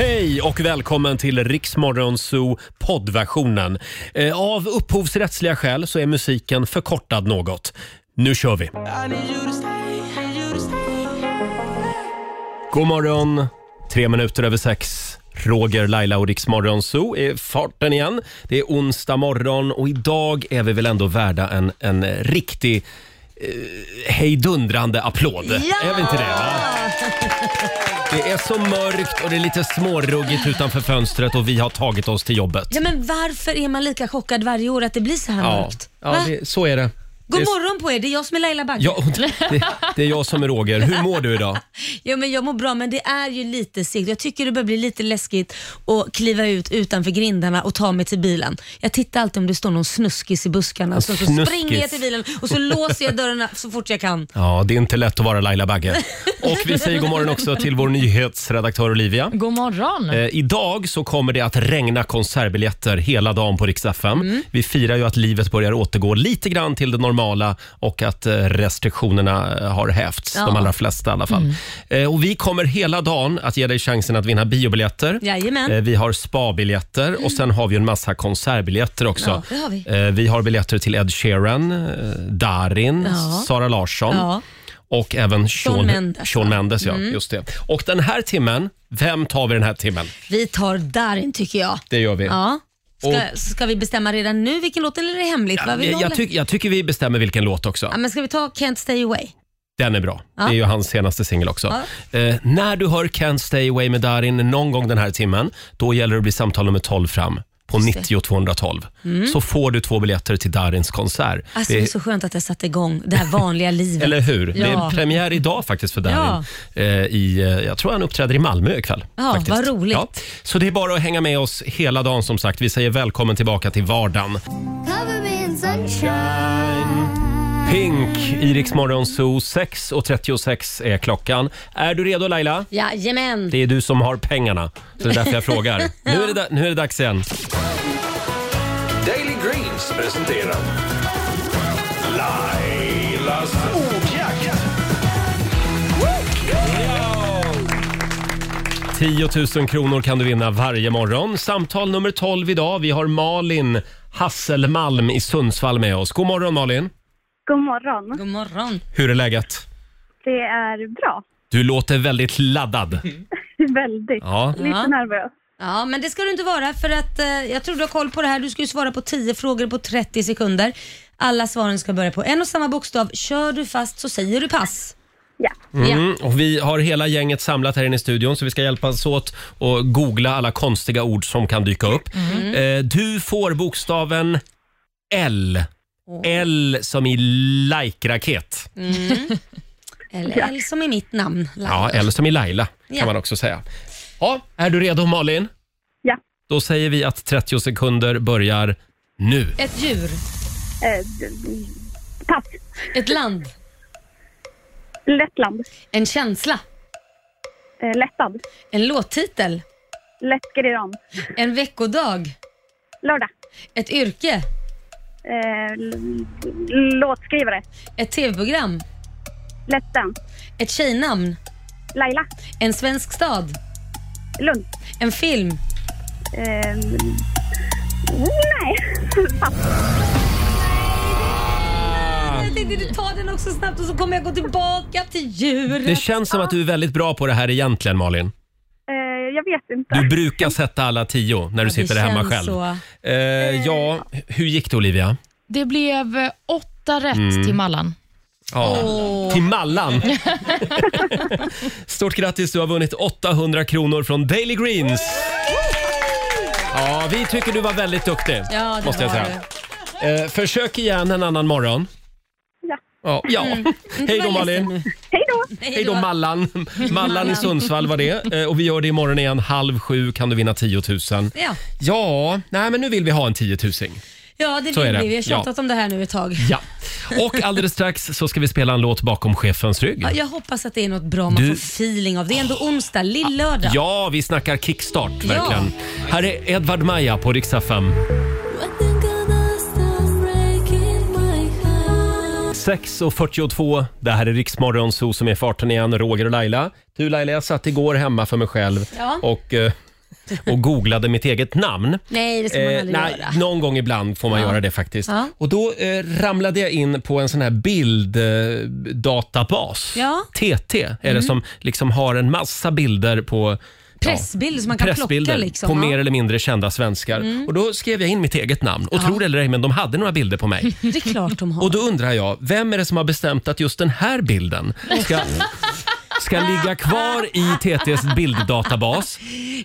Hej och välkommen till Riksmorgon Zoo poddversionen. Av upphovsrättsliga skäl så är musiken förkortad något. Nu kör vi. God morgon, 3:03. Roger, Laila och Riksmorgon Zoo är farten igen. Det är onsdag morgon och idag är vi väl ändå värda en riktig hejdundrande applåd. Ja! Är vi inte det? Va? Det är så mörkt och det är lite småruggigt utanför fönstret och vi har tagit oss till jobbet. Ja, men varför är man lika chockad varje år att det blir så här mörkt? Ja, så är det. God morgon på er, det är jag som är Laila Bagge. Ja, det är jag som är Roger. Hur mår du idag? Ja, men jag mår bra, men det är ju lite segt. Jag tycker det börjar bli lite läskigt att kliva ut utanför grindarna och ta mig till bilen. Jag tittar alltid om det står någon snuskis i buskarna. Så springer jag till bilen och så låser jag dörrarna så fort jag kan. Ja, det är inte lätt att vara Laila Bagge. Och vi säger god morgon också till vår nyhetsredaktör Olivia. God morgon. Idag så kommer det att regna konsertbiljetter hela dagen på Rix FM. Vi firar ju att livet börjar återgå lite grann till det normala och att restriktionerna har hävts, de allra flesta i alla fall. Och vi kommer hela dagen att ge dig chansen att vinna biobiljetter. Jajamän. Vi har spabiljetter och sen har vi en massa konsertbiljetter också. Ja, det har vi. Vi har biljetter till Ed Sheeran, Darin, Sara Larsson. Ja. Och även Shawn Mendes, ja, just det. Och den här timmen, vem tar vi den här timmen? Vi tar Darin tycker jag. Det gör vi. Ja. Ska vi bestämma redan nu vilken låt eller är det hemligt? Jag tycker vi bestämmer vilken låt också. Ja, men ska vi ta Can't Stay Away? Den är bra. Det är ju hans senaste singel också. När du hör Can't Stay Away med Darin någon gång den här timmen, då gäller det att bli samtal nummer 12 fram på 90 212. Så får du 2 biljetter till Darins konsert. Alltså det är så skönt att jag satte igång det här vanliga livet. Eller hur? Ja. Det är premiär idag faktiskt för Darin. Jag tror han uppträder i Malmö ikväll. Ja, faktiskt. vad roligt. Ja. Så det är bara att hänga med oss hela dagen som sagt. Vi säger välkommen tillbaka till vardagen. Pink i Rix Morgon Zoo, 6:36 är klockan. Är du redo Laila? Jajamän. Det är du som har pengarna, så det är därför jag frågar. Nu är det dags igen. Daily Greens presenterar Lailas ordjakt. 10 000 kronor kan du vinna varje morgon. Samtal nummer 12 idag. Vi har Malin Hasselmalm i Sundsvall med oss. God morgon Malin. God morgon. God morgon. Hur är läget? Det är bra. Du låter väldigt laddad. Väldigt. Ja. Lite nervös. Ja, men det ska du inte vara för att jag tror du har koll på det här. Du ska ju svara på 10 frågor på 30 sekunder. Alla svaren ska börja på en och samma bokstav. Kör du fast så säger du pass. Ja. Och vi har hela gänget samlat här inne i studion så vi ska hjälpas åt och googla alla konstiga ord som kan dyka upp. Du får bokstaven L. L som i like-raket. Eller L som i mitt namn. Laila. Ja, L som i Laila kan man också säga. Ja, är du redo Malin? Ja. Då säger vi att 30 sekunder börjar nu. Ett djur. Pass. Ett land. Lettland. En känsla. Lättad. En låttitel. Lättgredan. En veckodag. Lördag. Ett yrke. Låtskrivare. Ett tv-program. Lätten. Ett tjejnamn. Laila. En svensk stad. Lund. En film. Nej. Pass. Jag tänkte du tar den också snabbt och så kommer jag gå tillbaka till djur. Det känns som att du är väldigt bra på det här egentligen Malin. Jag vet inte. Du brukar sätta alla 10 när du sitter där hemma själv. Så. Ja, hur gick det Olivia? Det blev 8 rätt till Mallan. Ja, till Mallan. Stort grattis, du har vunnit 800 kronor från Daily Greens. Ja, vi tycker du var väldigt duktig. Ja, det måste jag var säga. Försök igen en annan morgon. Ja. Hej då Malin. Hej då Mallan. Mallan i Sundsvall var det. Och vi gör det imorgon igen 6:30 kan du vinna 10 000. Ja, nej men nu vill vi ha en 10 000. Ja, det vill vi. Vi har tjatat om det här nu ett tag. Ja. Och alldeles strax så ska vi spela en låt bakom chefens rygg. Ja, jag hoppas att det är något bra man får feeling av. Det är ändå onsdag, lillördag. Ja, vi snackar kickstart verkligen. Här är Edvard Maja på Rix FM. 6:42. Det här är Rix Morgon Zoo som är farten igen. Roger och Laila. Du Laila, jag satt igår hemma för mig själv och och googlade mitt eget namn. Nej, det ska man aldrig göra. Någon gång ibland får man göra det faktiskt. Ja. Och då ramlade jag in på en sån här bilddatabas. Ja. TT är det som liksom har en massa bilder på pressbilder som man kan plocka liksom. På mer eller mindre kända svenskar. Och då skrev jag in mitt eget namn. Och tror det eller ej, men de hade några bilder på mig. Det är klart de har. Och då undrar jag, vem är det som har bestämt att just den här bilden ska ligga kvar i TT:s bilddatabas?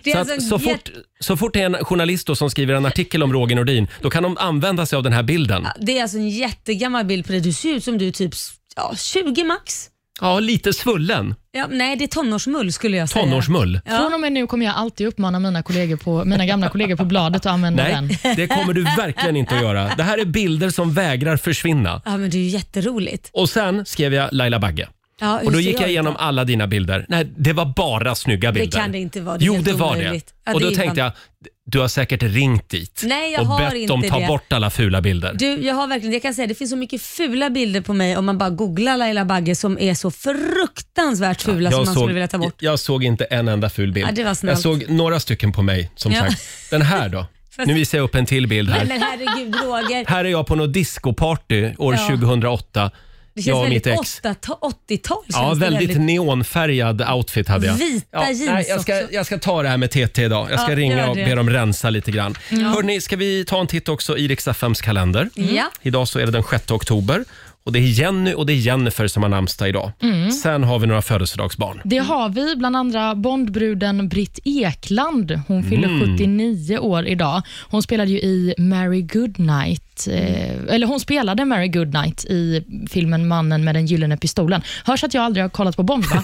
Så fort det är en journalist då som skriver en artikel om Roger Nordin, då kan de använda sig av den här bilden. Det är alltså en jättegammal bild på det. Du ser ut som du typ 20 max. Ja, lite svullen. Ja, nej, det är tonårsmull skulle jag säga. Tonårsmull. Ja. Från och med nu kommer jag alltid uppmana mina gamla kollegor på bladet att använda den. Nej, det kommer du verkligen inte att göra. Det här är bilder som vägrar försvinna. Ja, men det är ju jätteroligt. Och sen skrev jag Laila Bagge. Ja, och då gick jag igenom alla dina bilder. Nej, det var bara snygga bilder. Det kan det inte vara. Jo, det var det. Ja, och då tänkte jag, du har säkert ringt dit. Nej, jag och har bett inte dem ta det. bort alla fula bilder. Jag har verkligen, jag kan säga det finns så mycket fula bilder på mig om man bara googlar Laila Bagge som är så fruktansvärt fula som man skulle vilja ta bort. Jag såg inte en enda ful bild. Ja, det var snällt. Jag såg några stycken på mig som sagt. Den här då. Nu visar jag upp en till bild här. Men herregud, Roger. Här är jag på något discoparty år 2008. Det känns väldigt 80-tal. Ja, väldigt neonfärgad outfit hade jag. Vita jeans jag ska ta det här med TT idag. Jag ska ringa och be dem rensa lite grann. Hörrni, ska vi ta en titt också i Rix FMs kalender? Idag så är det den 6 oktober. Och det är Jenny och det är Jennifer som har namnsdag idag. Sen har vi några födelsedagsbarn. Det har vi, bland andra Bondbruden Britt Ekland. Hon fyller 79 år idag. Hon spelade ju i Mary Goodnight. Eller hon spelade Mary Goodnight i filmen Mannen med den gyllene pistolen. Hörs att jag aldrig har kollat på Bond, va?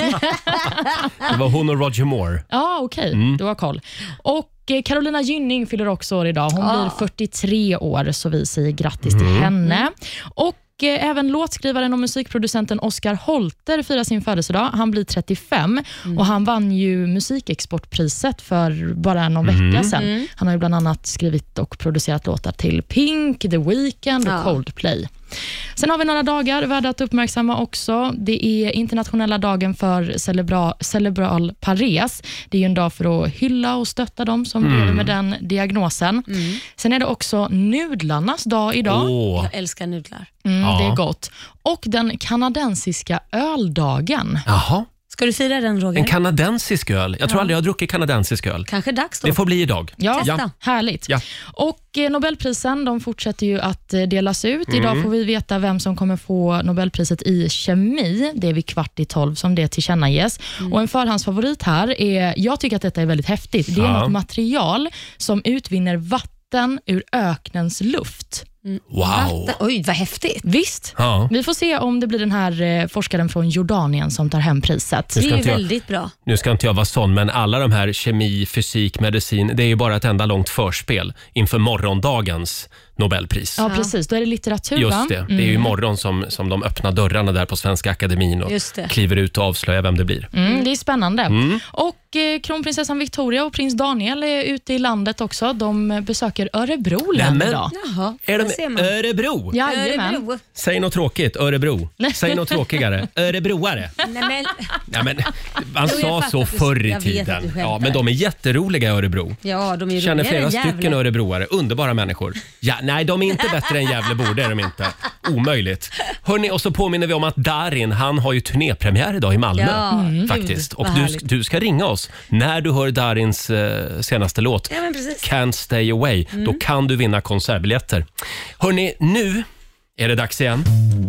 Det var hon och Roger Moore. Ja, okej. Du har koll. Och Carolina Gynning fyller också år idag. Hon blir 43 år, så vi säger grattis till henne. Och även låtskrivaren och musikproducenten Oscar Holter firar sin födelsedag. Han blir 35 och han vann ju musikexportpriset för bara någon vecka sedan. Han har ju bland annat skrivit och producerat låtar till Pink, The Weeknd och Coldplay. Sen har vi några dagar värda att uppmärksamma också. Det är internationella dagen för cerebral pares. Det är ju en dag för att hylla och stötta dem som lever med den diagnosen. Sen är det också nudlarnas dag idag. Jag älskar nudlar. Det är gott. Och den kanadensiska öldagen. Jaha. Ska du fira den, Roger? En kanadensisk öl. Jag tror aldrig jag har druckit kanadensisk öl. Kanske dags då. Det får bli idag. Ja. Härligt. Ja. Och Nobelprisen, de fortsätter ju att delas ut. Idag får vi veta vem som kommer få Nobelpriset i kemi. Det är vid 11:15 som det tillkännages. Och en förhandsfavorit här är, jag tycker att detta är väldigt häftigt. Det är något material som utvinner vatten ur öknens luft. Wow. Oj, vad häftigt. Visst. Ja. Vi får se om det blir den här forskaren från Jordanien som tar hem priset. Det är väldigt bra. Nu ska inte jag vara sån, men alla de här kemi, fysik, medicin, det är ju bara ett enda långt förspel inför morgondagens Nobelpris. Ja, precis. Då är det litteratur. Just det. Det är ju imorgon som de öppnar dörrarna där på Svenska Akademin och kliver ut och avslöjar vem det blir. Det är spännande. Och kronprinsessan Victoria och prins Daniel är ute i landet också. De besöker Örebro län idag. Jaha, är de Örebro? Jajamän. Säg något tråkigt, Örebro. Säg något tråkigare. Örebroare. Nej, men man sa så förr i tiden. Ja, men de är jätteroliga i Örebro. Ja, de är känner flera stycken örebroare. Underbara människor. Ja, nej, de är inte bättre än Gävlebo, det är de inte. Omöjligt. Hörrni, och så påminner vi om att Darin, han har ju turnépremiär idag i Malmö. Faktiskt. Och du ska ringa oss när du hör Darins senaste låt. Ja, men precis. Can't Stay Away. Då kan du vinna konsertbiljetter. Hörni, nu är det dags igen.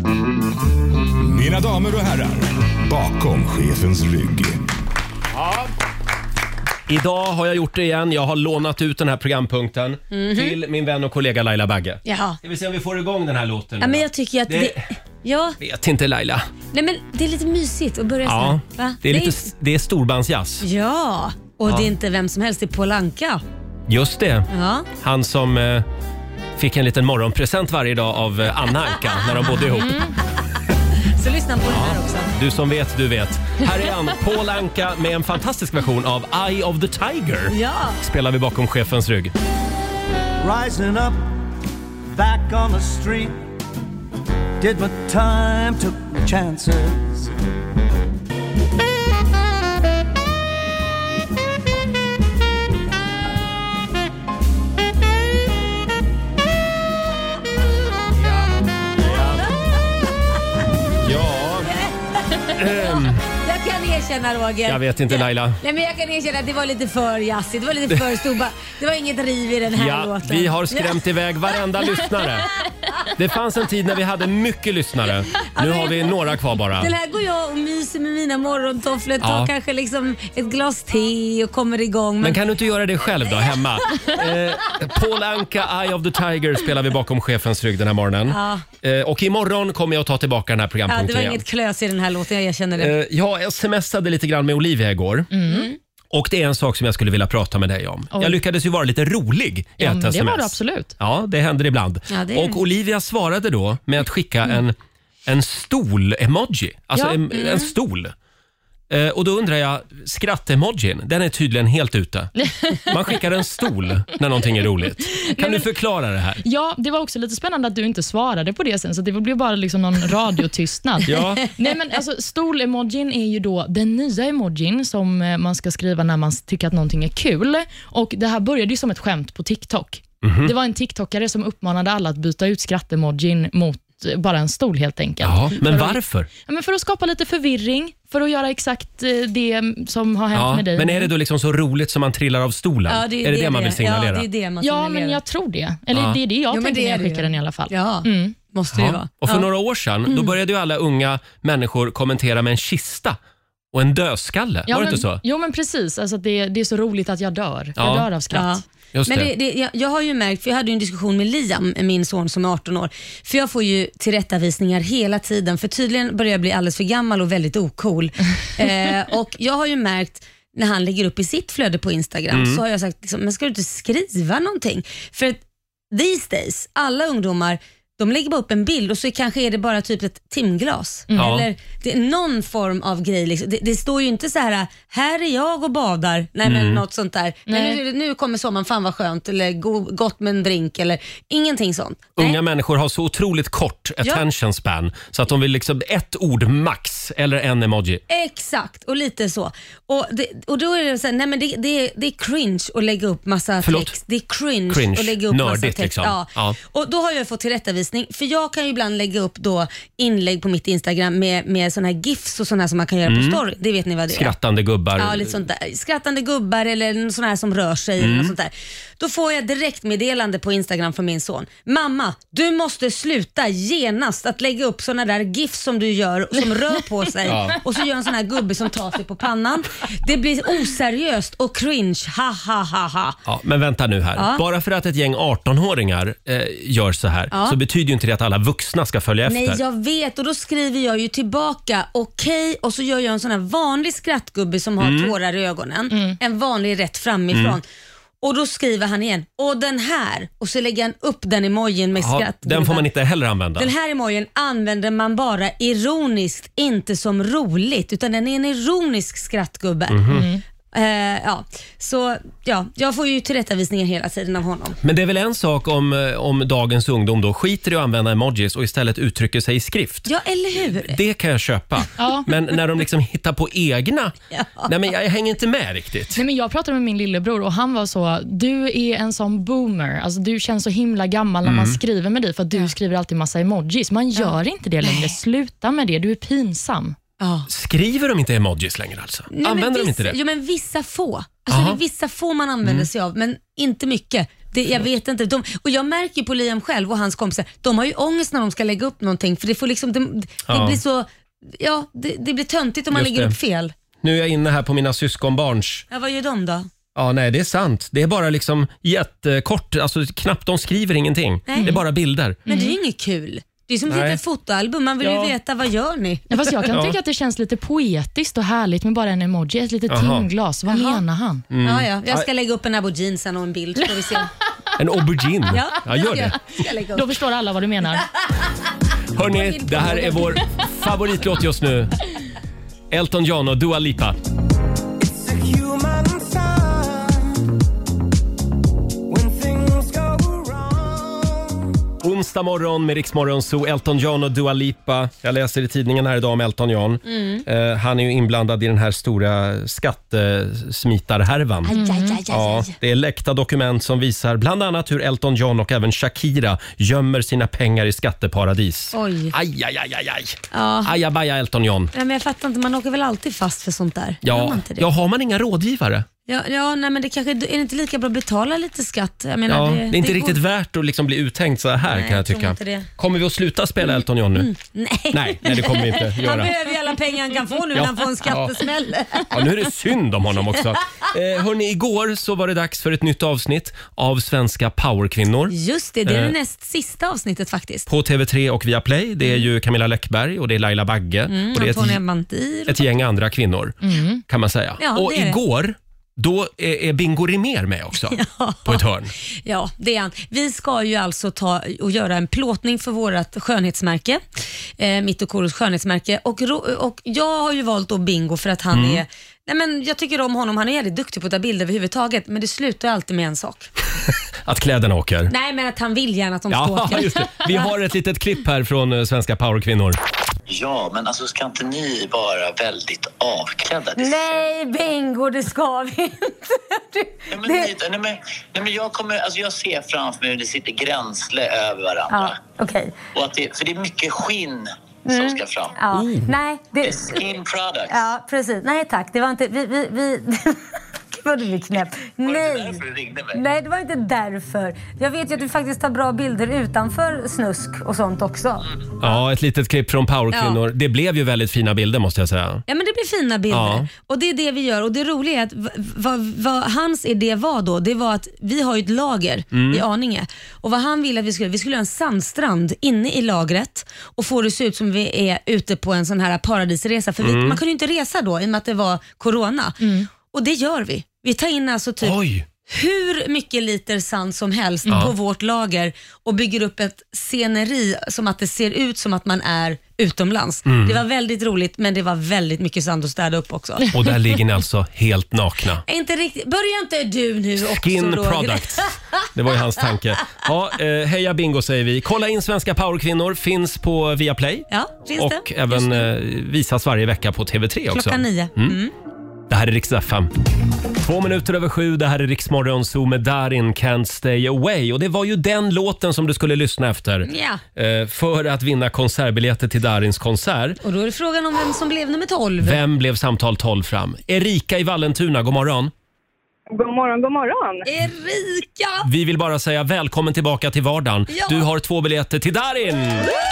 Mina damer och herrar, bakom chefens rygg. Ja. Idag har jag gjort det igen. Jag har lånat ut den här programpunkten till min vän och kollega Laila Bagge. Jaha. Ska vi se om vi får igång den här låten. Ja, men jag tycker att Ja. Vet inte, Laila. Nej, men det är lite mysigt att börja så här. Va? Det är storbandsjazz. Ja, och det är inte vem som helst, det är Paul Anka. Just det. Ja. Han som fick en liten morgonpresent varje dag av Anna Anka när de bodde ihop. Så lyssna på den här också. Du som vet, du vet. Här är han, Paul Anka med en fantastisk version av Eye of the Tiger. Ja. Spelar vi bakom chefens rygg. Rising up, back on the street. Did my time, took my chances. Jag kan erkänna, Roger. Jag vet inte, Laila. Nej, men jag kan erkänna att det var lite för jassigt. Det var lite för stor. Det var inget riv i den här låten. Vi har skrämt iväg varenda lyssnare. Det fanns en tid när vi hade mycket lyssnare. Nu har vi några kvar bara. Den här går jag och myser med mina morgontofflor, tar kanske liksom ett glas te och kommer igång. Men kan du inte göra det själv då, hemma? Paul Anka, Eye of the Tiger spelar vi bakom chefens rygg den här morgonen. Och imorgon kommer jag att ta tillbaka den här programpunkten. Det var inget klös i den här låten, jag känner det. Jag smsade lite grann med Olivia igår. Och det är en sak som jag skulle vilja prata med dig om. Jag lyckades ju vara lite rolig i ett sms. Det var det absolut. Ja, det händer ibland. Ja, och Olivia svarade då med att skicka en stol-emoji. Alltså en stol. Och då undrar jag, skratt-emojin, den är tydligen helt ute. Man skickar en stol när någonting är roligt. Kan du förklara det här? Ja, det var också lite spännande att du inte svarade på det sen, så det blev bara liksom någon radiotystnad. Nej, men alltså, stol-emojin är ju då den nya emojin som man ska skriva när man tycker att någonting är kul. Och det här började ju som ett skämt på TikTok. Det var en TikTokare som uppmanade alla att byta ut skratt-emojin mot bara en stol helt enkelt. Ja, men varför? Men för att skapa lite förvirring, för att göra exakt det som har hänt med dig. Men är det då liksom så roligt som man trillar av stolen? Ja, är det man vill signalera? Ja, det är det man signalerar. Ja, men jag tror det. Eller det är det jag tänker när jag skickar den i alla fall. Ja, måste det vara. Och för några år sedan, då började ju alla unga människor kommentera med en kista och en dödskalle. Var det inte så? Jo, men precis. Alltså, det är så roligt att jag dör. Jag dör av skratt. Just men det. jag har ju märkt, för jag hade ju en diskussion med Liam, min son som är 18 år. För jag får ju tillrättavisningar hela tiden, för tydligen börjar jag bli alldeles för gammal och väldigt ocool. Och jag har ju märkt, när han lägger upp i sitt flöde på Instagram, så har jag sagt, liksom, men ska du inte skriva någonting? För att these days, alla ungdomar, de lägger bara upp en bild och så kanske är det bara typ ett timglas. Eller det är någon form av grej. Liksom. Det står ju inte så här är jag och badar. Nej, men något sånt där. Nej. Nu kommer sommaren, fan vad skönt. Eller gott med en drink. Eller ingenting sånt. Unga människor har så otroligt kort attention span. Så att de vill liksom ett ord max eller en emoji. Exakt, och lite så. Och då är det så här, nej men det är cringe att lägga upp massa text. Det är cringe att lägga upp massa text. Liksom. Ja. Och då har jag fått tillrättavisning. För jag kan ju ibland lägga upp då inlägg på mitt Instagram med såna här gifs och såna här som man kan göra på story. Det vet ni vad det är. Skrattande gubbar. Ja, lite sånt där. Skrattande gubbar eller såna här som rör sig eller något sånt där. Då får jag direkt meddelande på Instagram från min son. Mamma, du måste sluta genast att lägga upp såna där gifs som du gör som rör på sig. Och så gör en sån här gubbe som tar sig på pannan. Det blir oseriöst och cringe. Ha ha ha ha. Ja, men vänta nu här. Bara för att ett gäng 18-åringar gör så här så betyder ju inte det att alla vuxna ska följa efter. Nej, jag vet, och då skriver jag ju tillbaka okej, och så gör jag en sån här vanlig skrattgubbe som har tårar i ögonen. En vanlig rätt framifrån. Och då skriver han igen, och den här, och så lägger han upp den emojin med skratt. Den får man inte heller använda. Den här emojin använder man bara ironiskt, inte som roligt, utan den är en ironisk skrattgubbe. Så jag får ju tillrättavisningar hela tiden av honom. Men det är väl en sak om dagens ungdom då skiter i att använda emojis och istället uttrycker sig i skrift. Ja, eller hur? Det kan jag köpa. Men när de liksom hittar på egna, nej men jag hänger inte med riktigt. Nej, men jag pratade med min lillebror och han var så, du är en sån boomer. Alltså, du känns så himla gammal när man skriver med dig för att du skriver alltid massa emojis. Man gör inte det längre. Sluta med det, du är pinsam. Skriver de inte emojis längre alltså? Nej, använder de inte det? Jo, men vissa få. Alltså, det är vissa få man använder sig av, men inte mycket. Jag vet inte. Och jag märker på Liam själv och hans kompisar, de har ju ångest när de ska lägga upp någonting, för det får liksom, det blir så, det blir töntigt om man lägger upp fel. Nu är jag inne här på mina syskonbarns. Ja, vad gör de då? Ja, nej, det är sant. Det är bara liksom jättekort, alltså knappt de skriver ingenting. Det är bara bilder. Men det är ju inget kul. Det är som ett litet fotoalbum, man vill ju veta, vad gör ni? Ja, fast jag kan tycka att det känns lite poetiskt och härligt med bara en emoji, ett litet timglas. Vad menar han? Jag ska lägga upp en aubergine sen och en bild, får vi se. En aubergine? Ja, gör det. Då förstår alla vad du menar. Hörrni, det här är vår favoritlåt just nu. Elton John och Dua Lipa. onsdag morgon med Rix Morgon Zoo, Elton John och Dua Lipa. Jag läser i tidningen här idag om Elton John. Han är ju inblandad i den här stora skattesmitarhärvan. Ja, det är läckta dokument som visar bland annat hur Elton John och även Shakira gömmer sina pengar i skatteparadis. Oj. Aj. Ajabaja Elton John. Ja, men jag fattar inte, man åker väl alltid fast för sånt där? Ja, har man inga rådgivare? Ja, nej, men det kanske är det inte lika bra att betala lite skatt. Jag menar, det är inte riktigt värt att liksom bli uttänkt så här. Nej, kan jag tycka. Kommer vi att sluta spela Elton John nu? Nej, det kommer vi inte göra. Han behöver ju alla pengar han kan få nu när han får en skattesmäll. Ja, nu är det synd om honom också. Hörrni, igår så var det dags för ett nytt avsnitt av Svenska Powerkvinnor. Just det är det näst sista avsnittet faktiskt. På TV3 och Viaplay. Det är ju Camilla Läckberg och det är Laila Bagge. Och det är ett gäng andra kvinnor kan man säga. Ja, och igår... Då är Bingo Rimér med också på ett hörn. Ja, det är han. Vi ska ju alltså ta och göra en plåtning för vårt skönhetsmärke. Mitt och Koros skönhetsmärke. Och jag har ju valt då Bingo för att han är... Nej, men jag tycker om honom. Han är väldigt duktig på att ta bilder överhuvudtaget. Men det slutar alltid med en sak. Att kläderna åker? Nej, men att han vill gärna att de ska åka. Just det. Vi har ett litet klipp här från Svenska Powerkvinnor. Ja, men alltså ska inte ni vara väldigt avklädda? Nej, Bingo, det ska vi inte. Nej, men jag ser framför mig hur det sitter gränsle över varandra. Ja, okej. Och att för det är mycket skinn som ska fram. Ja, nej. Det är skin products. Ja, precis. Nej, tack. Det var inte... Vi vad du är knäpp. Var det därför du ringde mig? Nej, det var inte därför. Jag vet ju att du faktiskt tar bra bilder utanför snusk och sånt också. Ja, ett litet klipp från Powerkvinnor. Ja. Det blev ju väldigt fina bilder måste jag säga. Ja, men det blir fina bilder. Ja. Och det är det vi gör. Och det roliga är att vad hans idé var då, det var att vi har ju ett lager i Arninge. Och vad han ville att vi skulle göra en sandstrand inne i lagret och få det se ut som vi är ute på en sån här paradisresa. För man kunde ju inte resa då i och med att det var corona. Och det gör vi. Vi tar in alltså typ hur mycket liter sand som helst på vårt lager och bygger upp ett sceneri som att det ser ut som att man är utomlands. Det var väldigt roligt, men det var väldigt mycket sand att städa upp också. Och där ligger ni alltså helt nakna. Inte riktigt. Börjar inte du nu också, Skin products. Det var ju hans tanke. Ja, heja Bingo säger vi. Kolla in Svenska Powerkvinnor, finns på Viaplay. Ja, finns och det. Även visas varje vecka på TV3 också. Klockan 9. Det här är Rix FM. 7:02. Det här är Rix Morgon Zoo med Darin Can't Stay Away. Och det var ju den låten som du skulle lyssna efter för att vinna konsertbiljetter till Darins konsert. Och då är det frågan om vem som blev nummer 12. Vem blev samtal 12 fram? Erika i Vallentuna, god morgon. God morgon, god morgon. Erika! Vi vill bara säga välkommen tillbaka till vardagen. Ja. Du har 2 biljetter till Darin!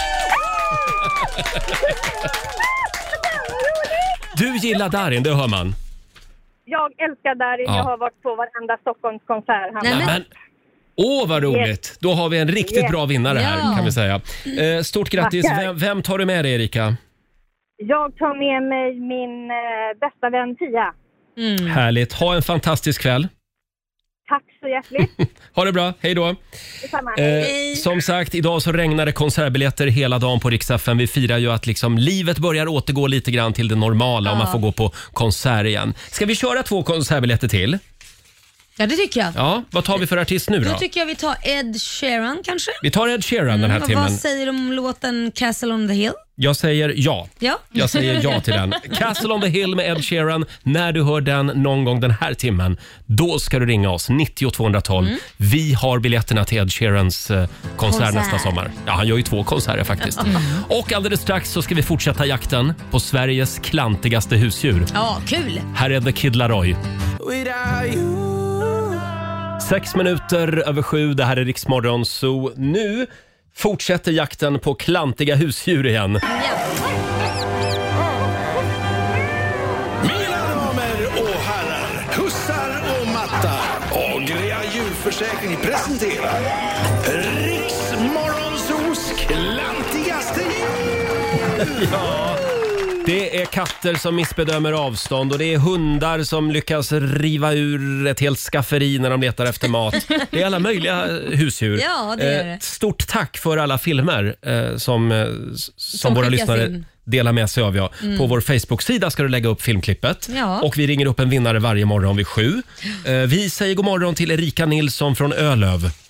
Du gillar Darin, det hör man. Jag älskar Darin. Jag har varit på varenda Stockholmskonsert. Vad roligt. Yes. Då har vi en riktigt bra vinnare här kan vi säga. Stort grattis. Vem tar du med dig, Erika? Jag tar med mig min bästa vän Tia. Härligt. Ha en fantastisk kväll. Tack så hjärtligt. Ha det bra. Hej då. Som sagt, idag så regnar det konsertbiljetter hela dagen på Rix FM. Vi firar ju att liksom livet börjar återgå lite grann till det normala och man får gå på konsert igen. Ska vi köra 2 konsertbiljetter till? Ja, det tycker jag. Ja, vad tar vi för artist nu då? Då tycker jag vi tar Ed Sheeran kanske. Vi tar Ed Sheeran den här timmen. Vad säger du om låten Castle on the Hill? Jag säger ja. Jag säger ja till den. Castle on the Hill med Ed Sheeran. När du hör den någon gång den här timmen, då ska du ringa oss 90 212. Vi har biljetterna till Ed Sheerans konsert nästa sommar. Ja, han gör ju 2 konserter faktiskt. Och alldeles strax så ska vi fortsätta jakten på Sveriges klantigaste husdjur. Ja, kul. Här är The Kid Laroi. 6:06. Det här är Rix Morgon Zoo. Nu fortsätter jakten på klantiga husdjur igen. Mina damer och herrar, hussar och mattar. Agria djurförsäkring presenterar Rix Morgon Zoos klantigaste djur. Det är katter som missbedömer avstånd och det är hundar som lyckas riva ur ett helt skafferi när de letar efter mat. Det är alla möjliga husdjur. Ja, det är det. Stort tack för alla filmer som våra lyssnare delar med sig av. På vår Facebook-sida ska du lägga upp filmklippet. Och vi ringer upp en vinnare varje morgon vid 7. Vi säger god morgon till Erika Nilsson från Ölöv.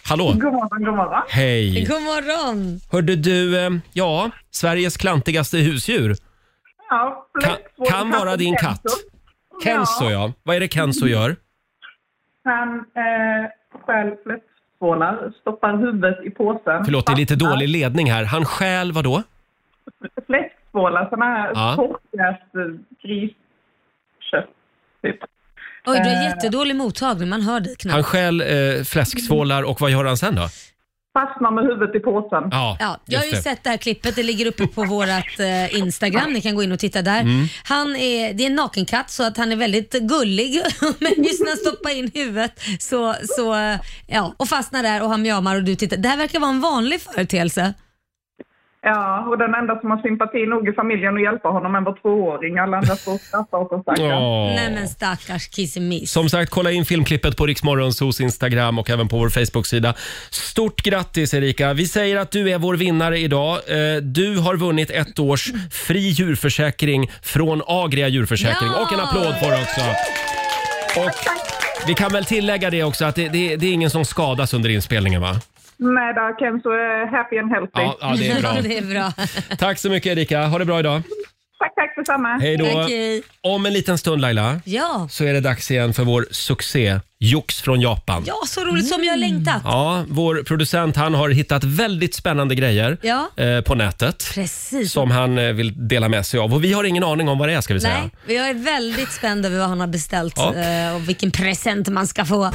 Hallå. God morgon. Hej. God morgon. Hörde du, Sveriges klantigaste husdjur. Ja, Kan vara din katt. Kenzo, ja. Vad är det Kenzo gör? Han stjäl fläskskålar, stoppar huvudet i påsen. Förlåt, det är lite dålig ledning här. Han stjäl vad då? Fläskskålar, sådana här torkat griskött, typ. Oj, du har jättedålig mottagning, man hör dig knappt. Han stjäl fläsksvålar och vad gör han sen då? Fastnar med huvudet i påsen. Ja, jag har ju sett det här klippet, det ligger uppe på vårat Instagram, ni kan gå in och titta där. Det är en nakenkatt så att han är väldigt gullig, men just när han stoppar in huvudet och fastnar där och han mjamar och du tittar. Det här verkar vara en vanlig företeelse. Ja, och den enda som har sympati nog i familjen och hjälpa honom är vår 2-åring. Alla andra står och skrattar åt oss. Nej men stackars kissemiss. Som sagt, kolla in filmklippet på Rix Morgonzos Instagram och även på vår Facebook-sida. Stort grattis Erika. Vi säger att du är vår vinnare idag. Du har vunnit 1 års fri djurförsäkring från Agria djurförsäkring. Och en applåd för också. Och vi kan väl tillägga det också att det är ingen som skadas under inspelningen, va? Nej, där Kenzo är happy and healthy. Ja, det är bra. Det är bra. Tack så mycket Erika. Ha det bra idag. Tack detsamma. Hej då. Tack. Om en liten stund Laila, så är det dags igen för vår succé Jox från Japan. Ja, så roligt som jag har längtat. Ja, vår producent han har hittat väldigt spännande grejer på nätet. Precis. Som han vill dela med sig av. Och vi har ingen aning om vad det är, ska vi säga. Nej, jag är väldigt spänd över vad han har beställt och vilken present man ska få.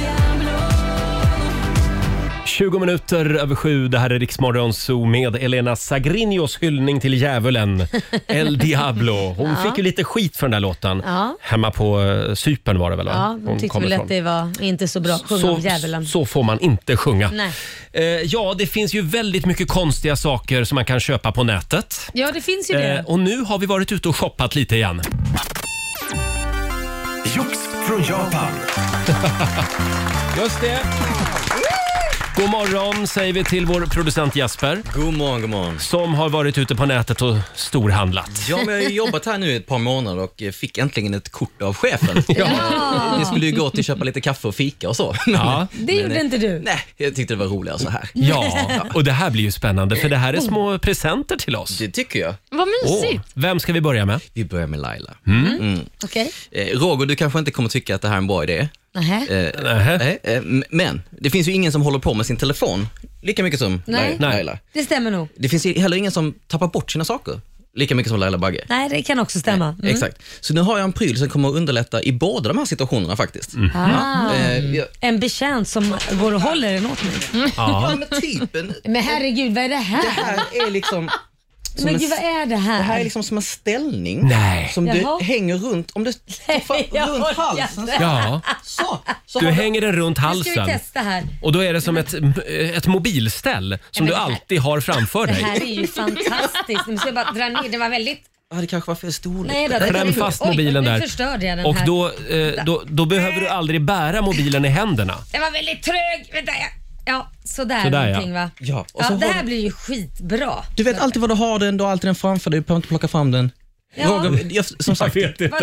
20 minuter över 7, det här är Rix Morgonzoo med Elena Sagrinhos hyllning till djävulen El Diablo. Hon fick ju lite skit för den där låten. Hemma på Cypern var det väl? Ja, hon tyckte väl att det var inte så bra att sjunga om djävulen. Så får man inte sjunga. Nej. Det finns ju väldigt mycket konstiga saker som man kan köpa på nätet. Ja, det finns ju det. Och nu har vi varit ute och shoppat lite igen. Jox från Japan. Just det. God morgon säger vi till vår producent Jesper. God morgon. Som har varit ute på nätet och storhandlat. Ja, men jag har jobbat här nu ett par månader och fick äntligen ett kort av chefen. Det skulle ju gå till att köpa lite kaffe och fika och så. Ja. Det gjorde inte du. Nej, jag tyckte det var roligare så här. Ja, och det här blir ju spännande för det här är små presenter till oss. Det tycker jag. Vad mysigt. Vem ska vi börja med? Vi börjar med Laila. Okej. Roger, du kanske inte kommer tycka att det här är en bra idé. Nej. Men det finns ju ingen som håller på med sin telefon lika mycket som Laila. Det stämmer nog. Det finns heller ingen som tappar bort sina saker lika mycket som Laila Bagge. Nej, det kan också stämma. Exakt. Så nu har jag en pryl som kommer att underlätta i båda de här situationerna faktiskt. En betjänt som går och håller den åt mig. Ja, men typen. Men herregud, vad är det här? Det här är liksom... Men gud, vad är det här? Det här är liksom som en ställning som du hänger runt, om du runt halsen. Ja. Så du hänger den runt Nu halsen. ska vi testa här. Och då är det som ett mobilställ som du alltid har framför dig. Det här är ju fantastiskt. Nu ska jag bara dra ner. Det var väldigt... Ja, det kanske var fel storlek. Nej, kläm fast mobilen där. Nu förstörde jag den och här. då behöver du aldrig bära mobilen i händerna. Den var väldigt trög. Vänta, sådär någonting va? Ja, och ja, så det här blir ju skitbra. Du vet alltid vad du har den, du har alltid den framför dig, du behöver inte plocka fram den. Ja. Roger, som sagt.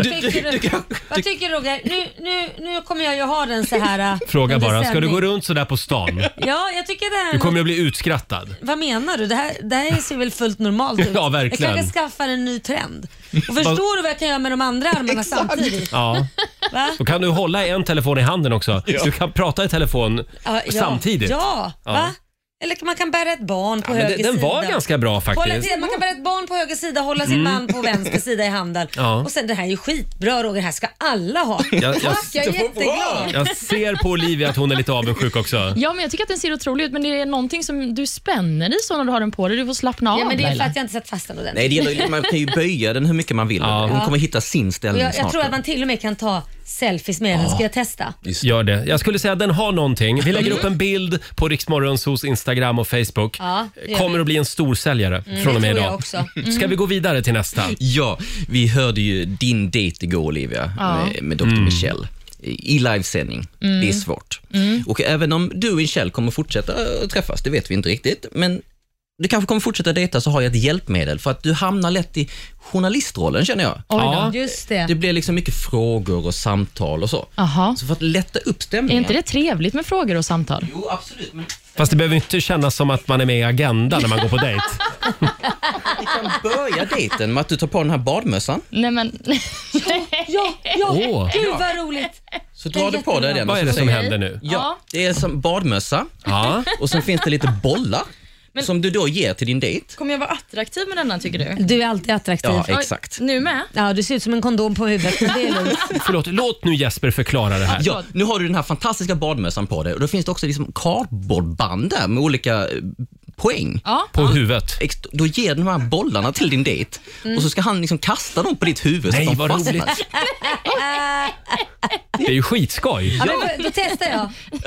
Vad tycker Roger? Nu kommer jag ju ha den så här. Fråga bara, ska du gå runt så där på stan? Ja, jag tycker det här. Du kommer att bli utskrattad. Vad menar du? Det här ser väl fullt normalt ut. Ja, verkligen. Jag kanske skaffar en ny trend. Och förstår du vad jag kan göra med de andra armarna samtidigt? Ja. Va? Då kan du hålla en telefon i handen också. Ja. Du kan prata i telefon samtidigt. Ja, va? Eller man kan bära ett barn på höger sida. Den var ganska bra faktiskt. Man kan bära ett barn på höger sida, hålla sin man på vänster sida i handen. Ja. Och sen det här är ju skitbra Roger, det här ska alla ha. Jag är jätteglad. Jag ser på Olivia att hon är lite avundsjuk också. Ja, men jag tycker att den ser otrolig ut, men det är någonting som du spänner i så när du har den på dig. Du får slappna av. Ja, men det är för att jag inte satt fast den ordentligt. Nej, det gäller, man kan ju böja den hur mycket man vill. Hon kommer hitta sin ställning snart. Jag tror att man till och med kan ta selfies med den. Ska jag testa? Gör det. Jag skulle säga att den har någonting. Vi lägger upp en bild på Rix Morgonzos Instagram och Facebook. Kommer att bli en stor säljare från och med idag. Ska vi gå vidare till nästa? Ja, vi hörde ju din dejt igår, Olivia, med Dr. Michelle i livesändning. Det är svårt. Och även om du och Michelle kommer fortsätta träffas, det vet vi inte riktigt, men du kanske kommer fortsätta dejta, så har jag ett hjälpmedel. För att du hamnar lätt i journalistrollen, känner jag. Ja, just det. Det blir liksom mycket frågor och samtal och så. Aha. Så för att lätta upp stämningen. Är inte det trevligt med frågor och samtal? Jo, absolut. Men Fast det behöver inte kännas som att man är med i Agenda när man går på dejt. vi kan börja dejten med att du tar på den här badmössan. Nej, men... Åh. Gud vad roligt. Så drar du på dig den. Vad är det som händer nu? Ja, det är som badmössa. Ja. Och sen finns det lite bollar som du då ger till din dejt. Kommer jag vara attraktiv med denna, tycker du? Du är alltid attraktiv. Ja, exakt. Nu med? Ja, du ser ut som en kondom på huvudet. Men det är lugnt. Förlåt, låt nu Jesper förklara det här. Ja, nu har du den här fantastiska badmössan på dig och då finns det också liksom cardboardband där med olika poäng. Ja. På huvudet. Då ger de här bollarna till din dejt och så ska han liksom kasta dem på ditt huvud. Nej, så att de vad fastnar. roligt. Det är ju skitskoj. Ja, men då testar jag.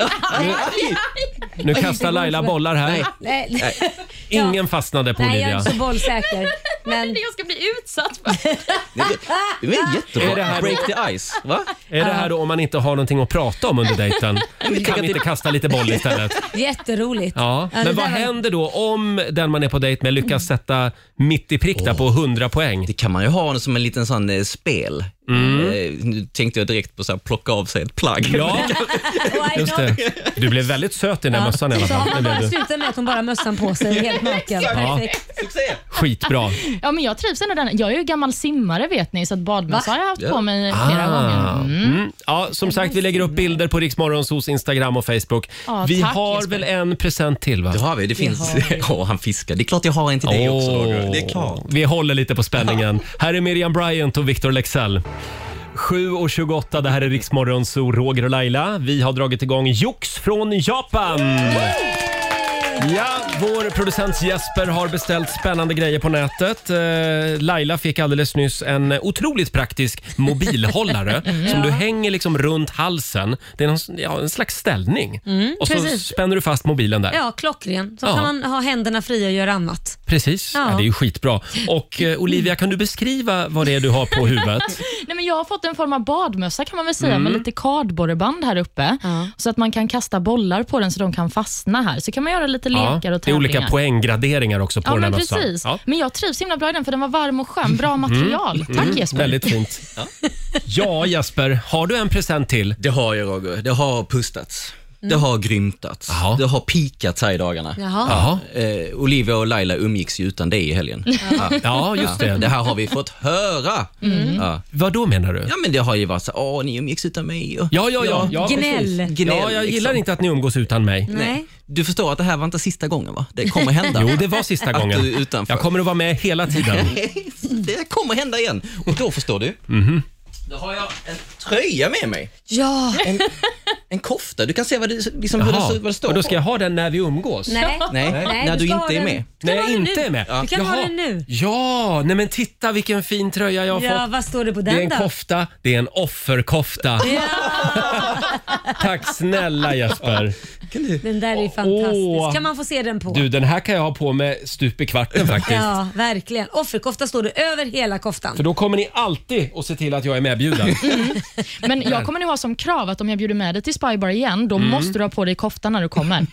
Nu kastar Laila bollar här. Nej. Ingen fastnade på Nej, jag är Olivia. inte så bollsäker. Men Jag ska bli utsatt för. Det är jättebra. Är det här- Break the ice, va? Är det här då om man inte har någonting att prata om under dejten? Kan vi inte kasta lite boll istället? jätteroligt. Ja. det Men vad där var- händer då om den man är på dejt med lyckas sätta mitt i prick där på 100 poäng? Det kan man ju ha som en liten sån spel. Nu tänkte jag direkt på så här, plocka av sig ett plagg. Ja, Why just not? det. Du blev väldigt söt i den där mössan i alla Så har fall. man Det blev bara du. slutat med att hon bara har mössan på sig helt naken. Perfekt. Succé! Skitbra. Ja, men jag trivs ändå den. Jag är ju gammal simmare, vet ni, så att badmössa har jag haft på mig flera gånger. Mm. Ja, som sagt, vi lägger upp bilder på Riksmorgonsos Instagram och Facebook. Ja, Vi tack, har Jesper. väl en present till, va? Det har vi. Det finns... han fiskar. Det är klart jag har en till dig också, Roger. Det är klart. Vi håller lite på spänningen. Här är Miriam Bryant och Victor Lexell. 7:28, det här är Riksmorgonso, Roger och Laila. Vi har dragit igång Jox från Japan. Ja, vår producent Jesper har beställt spännande grejer på nätet. Laila fick alldeles nyss en otroligt praktisk mobilhållare som du hänger liksom runt halsen. Det är en slags ställning. Och så precis. spänner du fast mobilen där. Ja, klockren. Så Ja. kan man ha händerna fria och göra annat. Precis, Ja. ja, det är ju skitbra. Och Olivia, kan du beskriva vad det är du har på huvudet? Nej, men jag har fått en form av badmössa, kan man väl säga, med lite cardboardband här uppe. Ja. Så att man kan kasta bollar på den så de kan fastna här. Så kan man göra lite lekar och det är tävlingar. olika poänggraderingar också på Ja, den här men mössan. precis. Ja. Men jag trivs himla bra i den för den var varm och skön. Bra material. Tack Jesper. Väldigt fint. Ja, Jesper, har du en present till? Det har jag, Roger. Det har pustats. Det har grymtats. Jaha. Det har pikats här i dagarna. Jaha. Jaha. Olivia och Laila umgicks ju utan dig i helgen. Ja, just det. Det här har vi fått höra. Ja. Vad då menar du? Ja, men det har ju varit så ni umgicks utan mig. Och... Ja, Gnäll. precis. Ja, jag gillar inte att ni umgås utan mig. Nej. Du förstår att det här var inte sista gången, va? Det kommer hända. Jo, det var sista Att gången. du är utanför. Jag kommer att vara med hela tiden. Det kommer hända igen. Och då förstår du. Då har jag en tröja med mig. Ja. En kofta. Du kan se vad det, liksom, hur Jaha, vad det står och då på. ska jag ha den när vi umgås? Nej. Nej, Nej, när du ska ha inte är den. med. Du När kan jag ha den inte nu. är med? Du kan ha den nu. Ja, nej men titta vilken fin tröja jag har Ja, fått. vad står det på Det är den en då? kofta, det är en offerkofta. Tack snälla Jesper. Den där är fantastisk. Åh. Kan man få se den på? Du, den här kan jag ha på med stup i kvarten faktiskt. Ja, verkligen. Offerkofta står det över hela koftan. För då kommer ni alltid att se till att jag är medbjuden. Men jag kommer nu ha som krav att om jag bjuder med dig till Spybar igen, då måste du ha på dig koftan när du kommer.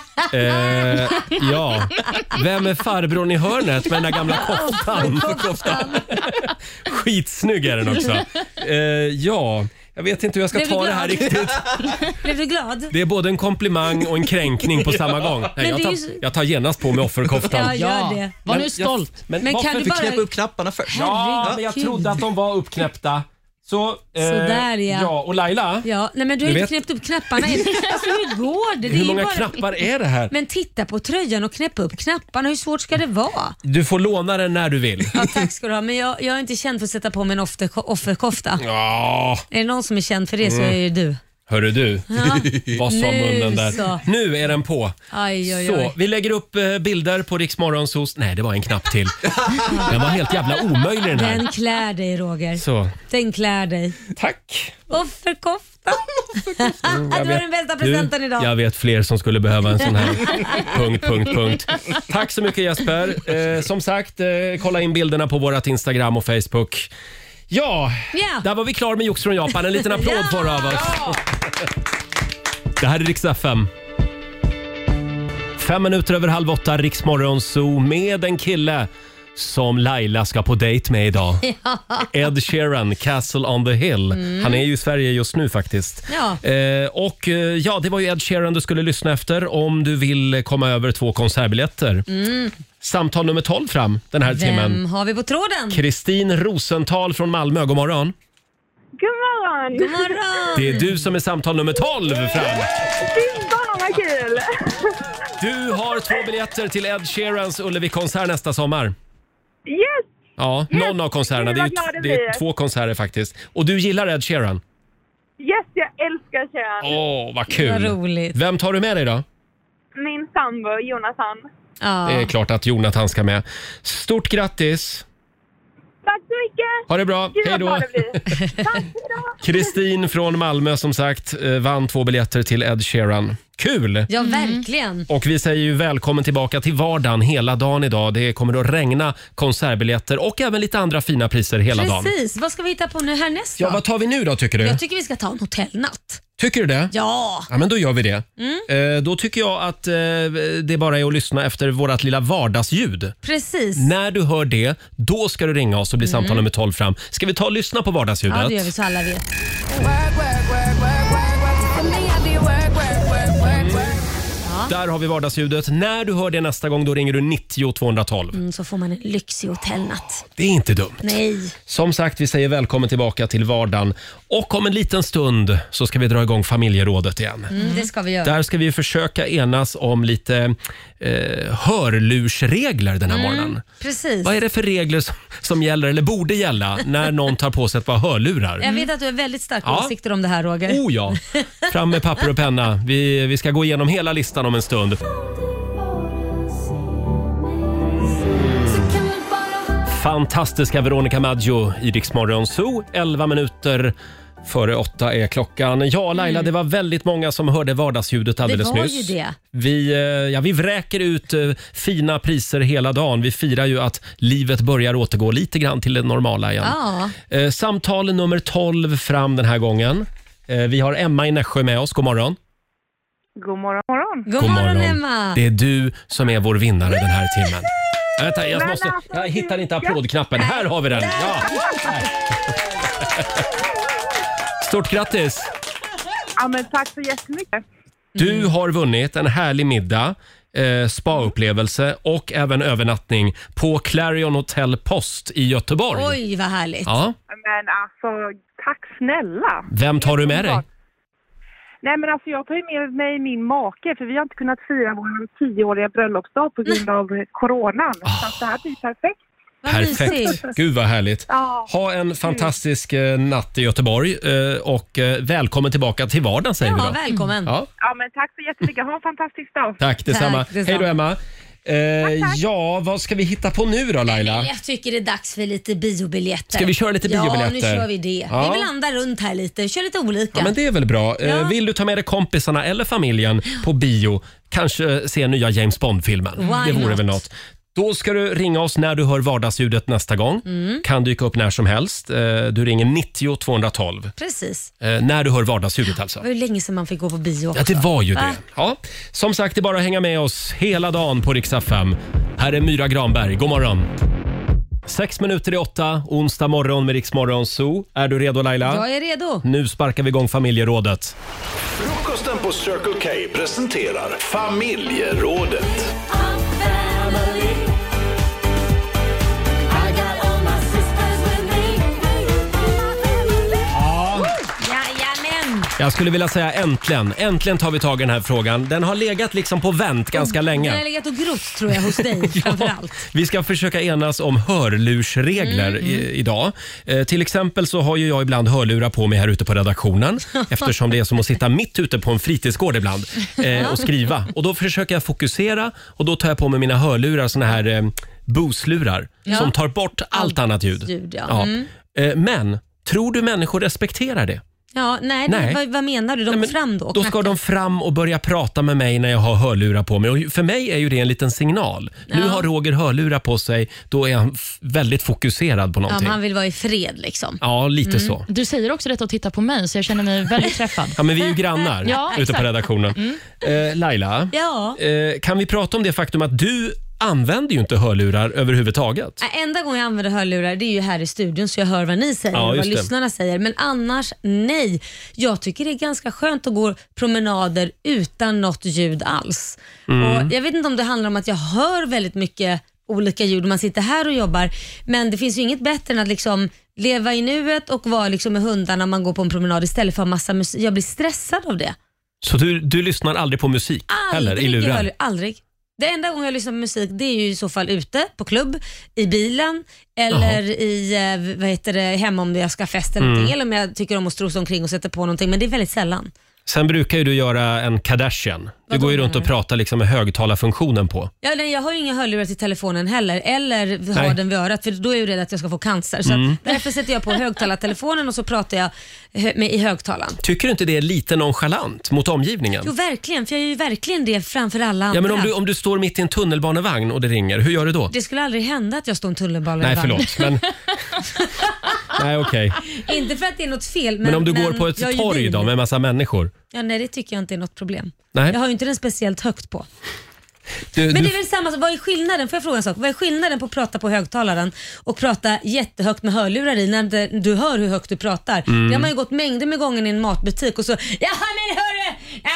Ja, vem är farbrorn i hörnet med den där gamla koftan? Skitsnygg är den också. Ja, jag vet inte hur jag ska Blev du ta det här glad? riktigt. Blev du glad? Det är både en komplimang och en kränkning på samma gång. Nej, Men jag, det är tar, ju så- jag tar genast på mig offerkoftan. Ja, gör det. Var nu jag- stolt. Men Men varför kan du Du bara- knäpper upp knapparna först. Ja, men jag trodde att de var uppknäppta. Sådär, ja. Ja, och Laila, Ja, nej men du har Du inte vet- knäppt upp knapparna. Alltså hur går det? Det är hur ju många bara... knappar är det här? Men titta på tröjan och knäppa upp knapparna. Hur svårt ska det vara? Du får låna den när du vill. Ja, tack ska du ha. Men jag är inte känd för att sätta på mig en offerkofta. Ja, Är det någon som är känd för det så är det du. hörru du. Ja. Vad sa Nu munnen där? så. Nu är den på. Aj, oj, Så, oj. vi lägger upp bilder på Riksmorgonsos. Nej, det var en knapp till. Den var helt jävla omöjlig den här. Den klär dig Roger. Så, Den klär dig. tack. Offerkofta. Jag Det var den bästa presenten idag. Jag vet fler som skulle behöva en sån här. Punkt. Tack så mycket Jesper. Som sagt, kolla in bilderna på vårt Instagram och Facebook. Ja, Ja. där var vi klar med Jox från Japan. En liten applåd Ja. på av oss. Det här är Rix FM. 5 minuter över 7:30, Rix Morgon Zoo med en kille som Laila ska på dejt med idag. Ed Sheeran, Castle on the Hill. Han är ju i Sverige just nu faktiskt. Ja. Det var ju Ed Sheeran du skulle lyssna efter om du vill komma över 2 konsertbiljetter. Samtal nummer 12 fram den här timmen. Vem har vi på tråden? Kristin Rosenthal från Malmö. God morgon. God morgon! God morgon! Det är du som är samtal nummer 12 fram. Fy fan vad kul! Du har 2 biljetter till Ed Sheerans Ullevi-konsert nästa sommar. Yes! Ja, någon av konserterna. Det är 2 konserter faktiskt. Och du gillar Ed Sheeran? Yes, jag älskar Sheeran. Åh, vad kul. Vad roligt. Vem tar du med dig då? Min sambo, Jonathan. Det är klart att Jonathan ska med. Stort grattis! Tack så mycket! Ha det bra, hej då! Tack, Kristin från Malmö som sagt vann 2 biljetter till Ed Sheeran. Kul! Ja, verkligen. Och vi säger ju välkommen tillbaka till vardagen hela dagen idag. Det kommer att regna konsertbiljetter och även lite andra fina priser hela dagen. Precis, vad ska vi hitta på nu härnäst då? Ja, vad tar vi nu då tycker du? Jag tycker vi ska ta en hotellnatt. Tycker du det? Ja. Ja, men då gör vi det. Då tycker jag att det bara är att lyssna efter vårat lilla vardagsljud. Precis. När du hör det, då ska du ringa oss och bli samtal nummer 12 fram. Ska vi ta och lyssna på vardagsljudet? Ja, det gör vi så alla vet. Där har vi vardagsljudet. När du hör det nästa gång, då ringer du 90 212. Så får man en lyxig hotellnatt. Det är inte dumt. Nej. Som sagt, vi säger välkommen tillbaka till vardagen. Och om en liten stund så ska vi dra igång familjerådet igen. Det ska vi göra. Där ska vi försöka enas om lite hörlursregler den här morgonen. Precis. Vad är det för regler som gäller eller borde gälla när någon tar på sig ett par hörlurar? Jag vet att du har väldigt starka åsikter om det här, Roger. Oh ja, fram med papper och penna. Vi ska gå igenom hela listan om en stund. Fantastiska Veronica Maggio i Rix Morgon Zoo. 11 minuter före 8 är klockan. Ja, Laila, det var väldigt många som hörde vardagsljudet alldeles nyss. Det var ju det. Vi vräker ut fina priser hela dagen. Vi firar ju att livet börjar återgå lite grann till det normala igen. Ja. Samtal nummer 12 fram den här gången. Vi har Emma i Nässjö med oss. God morgon. God morgon, morgon. God morgon, Emma. Det är du som är vår vinnare den här timmen. Vänta, jag hittar inte applådknappen. Här har vi den. Ja. Stort grattis! Ja, men tack så jättemycket. Du har vunnit en härlig middag, spa-upplevelse och även övernattning på Clarion Hotel Post i Göteborg. Oj, vad härligt. Ja. Men alltså, tack snälla. Vem tar du med dig? Nej, men alltså jag tar ju med mig min make, för vi har inte kunnat fira vår 10-åriga bröllopsdag på grund av coronan. Så det här blir perfekt. Perfekt. Gud vad härligt. Ja. Ha en fantastisk natt i Göteborg och välkommen tillbaka till vardagen säger vi då. Välkommen. Ja, men tack så jättemycket. Ha en fantastisk dag. tack detsamma. Tack, detsamma. Hej då Emma. Ja, vad ska vi hitta på nu då Laila? Jag tycker det är dags för lite biobiljetter. Ska vi köra lite biobiljetter? Ja, nu kör vi det. Ja. Vi blandar runt här lite, kör lite olika. Ja, men det är väl bra. Ja. Vill du ta med dig kompisarna eller familjen på bio? Kanske se nya James Bond-filmen. Det vore väl något. Då ska du ringa oss när du hör vardagsljudet nästa gång. Kan dyka upp när som helst. Du ringer 90 212. Precis. När du hör vardagsljudet alltså. Det var ju länge sedan man fick gå på bio också. Ja, det var ju det. Ja. Som sagt, det är bara att hänga med oss hela dagen på Rix FM. Här är Myra Granberg. God morgon. 6 minuter i 8, onsdag morgon med Rix Morgon Zoo. Är du redo Laila? Jag är redo. Nu sparkar vi igång familjerådet. Frukosten på Circle K presenterar familjerådet. Jag skulle vilja säga äntligen. Äntligen tar vi tag i den här frågan. Den har legat liksom på vänt ganska länge. Den har legat och grott tror jag hos dig framförallt. Vi ska försöka enas om hörlursregler idag. Till exempel så har ju jag ibland hörlurar på mig här ute på redaktionen. Eftersom det är som att sitta mitt ute på en fritidsgård ibland och skriva. Och då försöker jag fokusera och då tar jag på mig mina hörlurar, såna här Bose-lurar som tar bort allt annat ljud. Ja. Men tror du människor respekterar det? Ja, nej. Vad menar du? De går fram då? Då ska de fram och börja prata med mig när jag har hörlurar på mig. Och för mig är ju det en liten signal. Ja. Nu har Roger hörlurar på sig, då är han väldigt fokuserad på någonting. Ja, han vill vara i fred liksom. Ja, lite så. Du säger också detta att titta på mig, så jag känner mig väldigt träffad. Ja, men vi är ju grannar ute på redaktionen. Laila, kan vi prata om det faktum att du använder ju inte hörlurar överhuvudtaget. Enda gången jag använder hörlurar, det är ju här i studion, så jag hör vad ni säger och vad lyssnarna säger. Men annars, nej. Jag tycker det är ganska skönt att gå promenader utan något ljud alls. Och jag vet inte om det handlar om att jag hör väldigt mycket olika ljud. Man sitter här och jobbar, men det finns ju inget bättre än att liksom leva i nuet och vara liksom med hundarna när man går på en promenad istället för att ha massa musik. Jag blir stressad av det. Så du lyssnar aldrig på musik heller i lurar? Aldrig. Det enda gången jag lyssnar på musik, det är ju i så fall ute på klubb, i bilen eller i hemma om jag ska festa eller någonting, eller om jag tycker om att strosa omkring och sätta på någonting, men det är väldigt sällan. Sen brukar ju du göra en Kardashian. Du går ju runt och pratar liksom med högtalarfunktionen på. Ja, nej, jag har ju inga hörlurar till telefonen heller, eller har den vid örat, för då är jag ju rädd att jag ska få cancer. Så att därför sätter jag på högtalartelefonen och så pratar jag i högtalaren. Tycker du inte det är lite nonchalant mot omgivningen? Jo, verkligen, för jag är ju verkligen det framför alla andra. Ja, men om du står mitt i en tunnelbanevagn och det ringer, hur gör du då? Det skulle aldrig hända att jag står i en tunnelbanevagn. Nej, förlåt, men... Nej, okej. Inte för att det är något fel. Men om du går på ett torg då med massa människor? Ja, nej, det tycker jag inte är något problem. Nej. Jag har ju inte den speciellt högt på. Men det är väl samma, vad är skillnaden? Får jag fråga en sak? Vad är skillnaden på att prata på högtalaren och prata jättehögt med hörlurar i när du hör hur högt du pratar? Det har man ju gått mängder med gånger i en matbutik och så, ja men hörru!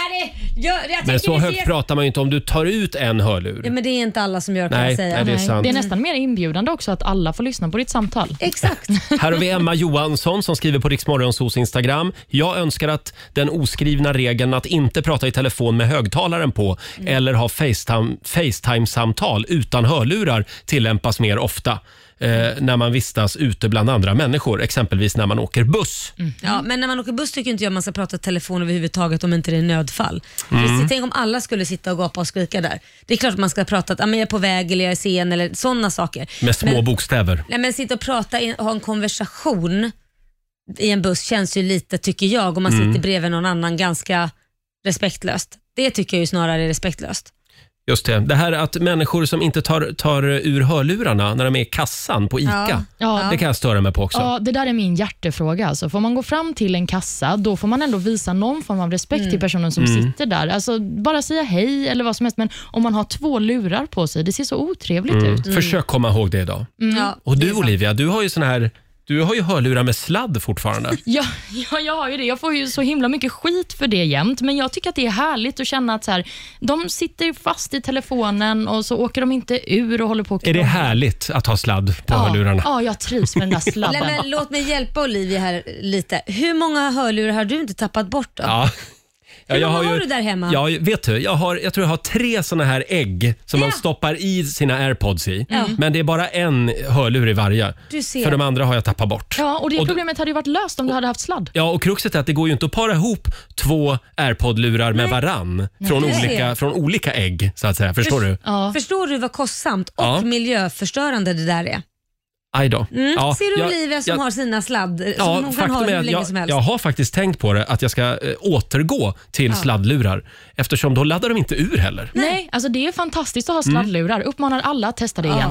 Men så högt pratar man ju inte om du tar ut en hörlur. Ja, men det är inte alla som gör, kan jag säga. Nej, det är sant. Det är nästan mer inbjudande också att alla får lyssna på ditt samtal. Exakt. Här har vi Emma Johansson som skriver på Rix Morgonzos Instagram. Jag önskar att den oskrivna regeln att inte prata i telefon med högtalaren på eller ha FaceTime-samtal utan hörlurar tillämpas mer ofta. När man vistas ute bland andra människor, exempelvis när man åker buss. Ja, men när man åker buss tycker inte jag man ska prata telefon överhuvudtaget om inte det är nödfall. Tänk om alla skulle sitta och gapa och skrika där. Det är klart att man ska prata att jag är på väg eller jag är sen eller sådana saker. Med små bokstäver. Nej, men sitta och prata, ha en konversation i en buss känns ju lite, tycker jag, om man sitter bredvid någon annan, ganska respektlöst. Det tycker jag ju snarare är respektlöst. Just det. Det här att människor som inte tar ur hörlurarna när de är i kassan på ICA. Ja. Det kan jag störa mig på också. Ja, det där är min hjärtefråga. Alltså, får man gå fram till en kassa, då får man ändå visa någon form av respekt till personen som sitter där. Alltså, bara säga hej eller vad som helst. Men om man har 2 lurar på sig, det ser så otrevligt ut. Försök komma ihåg det idag. Ja, och du Olivia, du har ju sån här... Du har ju hörlurar med sladd fortfarande. Ja, jag har ju det. Jag får ju så himla mycket skit för det jämt. Men jag tycker att det är härligt att känna att så här, de sitter fast i telefonen och så åker de inte ur och håller på att Är det härligt att ha sladd på hörlurarna? Ja, jag trivs med den där sladden. Men låt mig hjälpa Olivia här lite. Hur många hörlurar har du inte tappat bort då? Ja. Hur många har du där hemma? Ja, vet du, jag tror jag har 3 såna här ägg som man stoppar i sina AirPods i. Men det är bara en hörlur i varje. Du ser. För de andra har jag tappat bort. Ja, och det problemet hade ju varit löst om du hade haft sladd. Ja, och kruxet är att det går ju inte att para ihop 2 AirPod-lurar med varann från olika ägg, så att säga. Förstår du? Ja. Förstår du vad kostsamt och miljöförstörande det där är? Aj då. Ser du Olivia som har sina sladd som hon kan ha hur länge som helst? Jag har faktiskt tänkt på det att jag ska återgå till sladdlurar eftersom då laddar de inte ur heller. Nej, alltså det är fantastiskt att ha sladdlurar. Uppmanar alla att testa det igen.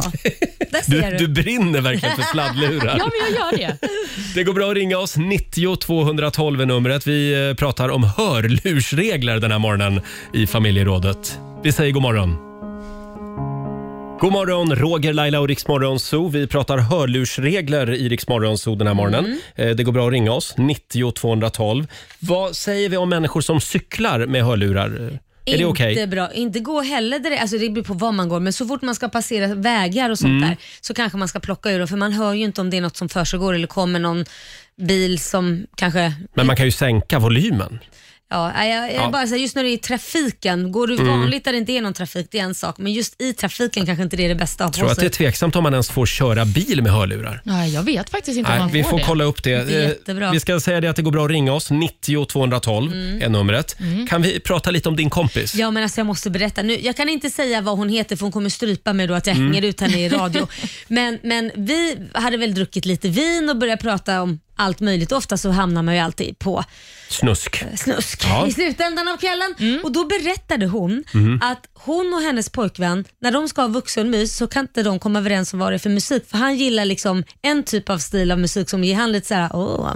Du brinner verkligen för sladdlurar. Ja, men jag gör det. Det går bra att ringa oss. 90 212 är numret. Vi pratar om hörlursregler den här morgonen i familjerådet. Vi säger god morgon. God morgon, Roger, Laila och Rix Morgonzoo. Vi pratar hörlursregler i Rix Morgonzoo den här morgonen. Det går bra att ringa oss, 90 212. Vad säger vi om människor som cyklar med hörlurar? Är det okej? Inte bra. Inte gå heller direkt. Alltså det beror på vad man går. Men så fort man ska passera vägar och sånt där så kanske man ska plocka ur dem. För man hör ju inte om det är något som försiggår eller kommer någon bil som kanske... Men man kan ju sänka volymen. Ja, jag bara säger, just när du är i trafiken, går du vanligt där det inte är någon trafik, det är en sak, men just i trafiken kanske inte det är det bästa att ha på sig. Jag tror att det är tveksamt om man ens får köra bil med hörlurar. Nej, jag vet faktiskt inte om man får det. Vi får kolla upp det. Det är jättebra. Vi ska säga det att det går bra att ringa oss, 90 212 är numret. Kan vi prata lite om din kompis? Ja, men alltså jag måste berätta nu. Jag kan inte säga vad hon heter för hon kommer strypa mig då att jag hänger ut henne i radio. Men vi hade väl druckit lite vin och började prata om allt möjligt. Ofta så hamnar man ju alltid på Snusk. i slutändan av kvällen. Och då berättade hon att hon och hennes pojkvän, när de ska ha vuxenmys så kan inte de komma överens om vad det är för musik. För han gillar liksom en typ av stil av musik som ger han lite såhär,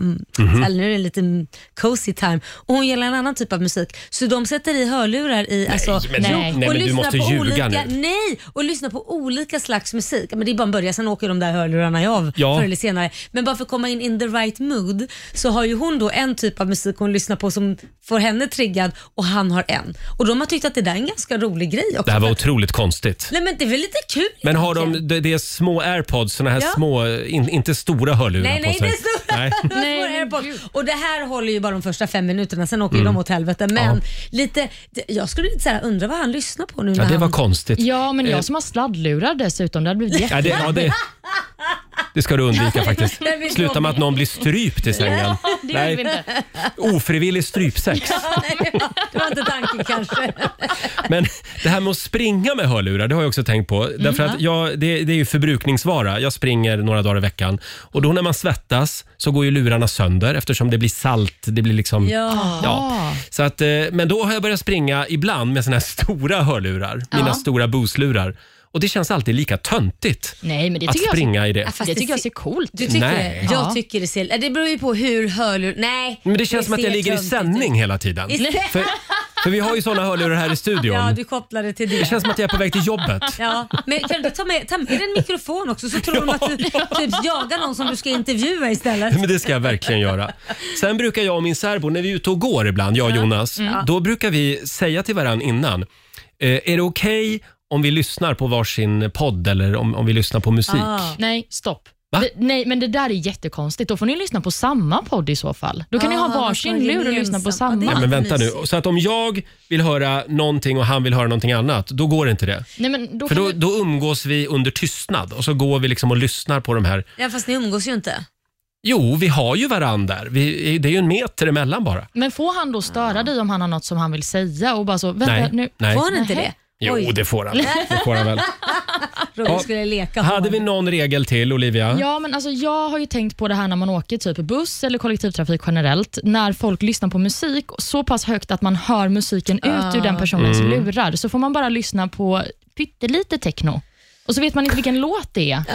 så nu är det lite cozy time. Och hon gillar en annan typ av musik. Så de sätter i hörlurar i... Nej, men du måste ljuga nu. Nej, och lyssna på olika slags musik. Men det är bara en början, sen åker de där hörlurarna av förr eller senare. Men bara för att komma in the right mood så har ju hon då en typ av musik hon lyssnar på som får henne triggad och han har en. Och de har tyckt att det där är en ganska rolig grej också. Det här var otroligt konstigt. Nej, men det är väl lite kul. Men har de, det är små AirPods, såna här små, inte stora hörlurar på sig? Nej, inte stora. Nej. AirPods. Och det här håller ju bara de första 5 minuterna, sen åker ju de åt helvete. Men lite, jag skulle lite såhär undra vad han lyssnar på nu. Ja, det var konstigt. Ja, men jag som har sladdlurar dessutom, det hade blivit jättebra. Det ska du undvika faktiskt. Sluta med att någon blir strypt i sängen. Ja, det gör vi inte. Ofrivillig strypsex. Det var inte tanken kanske. Men det här med att springa med hörlurar, det har jag också tänkt på. Därför att det är ju förbrukningsvara. Jag springer några dagar i veckan. Och då när man svettas så går ju lurarna sönder eftersom det blir salt. Det blir liksom... Ja. Så att, men då har jag börjat springa ibland med såna här stora hörlurar. Mina stora Bose-lurar. Och det känns alltid lika töntigt. Nej, men det att springa i det. Det tycker jag ser coolt ut. Jag tycker det ser... Det beror ju på hur hörlur... Nej. Men det känns som att jag ligger i sändning hela tiden. För vi har ju såna hörlurar här i studion. Ja, du kopplar det till det. Det känns som att jag är på väg till jobbet. Ja, men kan du ta med en mikrofon också så tror de att du typ jagar någon som du ska intervjua istället. Men det ska jag verkligen göra. Sen brukar jag och min särbo, när vi är ute och går ibland, jag och Jonas, då brukar vi säga till varandra innan, är det okej om vi lyssnar på varsin podd eller om vi lyssnar på musik? Nej, stopp. Nej, men det där är jättekonstigt. Då får ni lyssna på samma podd i så fall. Då kan ni ha varsin lur och lyssna på samma. Ja, men vänta nu. Så att om jag vill höra någonting och han vill höra någonting annat, då går det inte det. Nej, men då umgås vi under tystnad och så går vi liksom och lyssnar på de här. Ja, fast ni umgås ju inte. Jo, vi har ju varandra där. Det är ju en meter emellan bara. Men får han då störa dig om han har något som han vill säga och bara så, vänta nu. Nej. Får han inte det? Jo, det får han. Det får han väl. Roger skulle leka. Hade vi någon regel till, Olivia? Ja, men alltså, jag har ju tänkt på det här när man åker typ buss eller kollektivtrafik generellt. När folk lyssnar på musik så pass högt att man hör musiken ut ur den personens lurar. Så får man bara lyssna på pyttelite techno. Och så vet man inte vilken låt det är.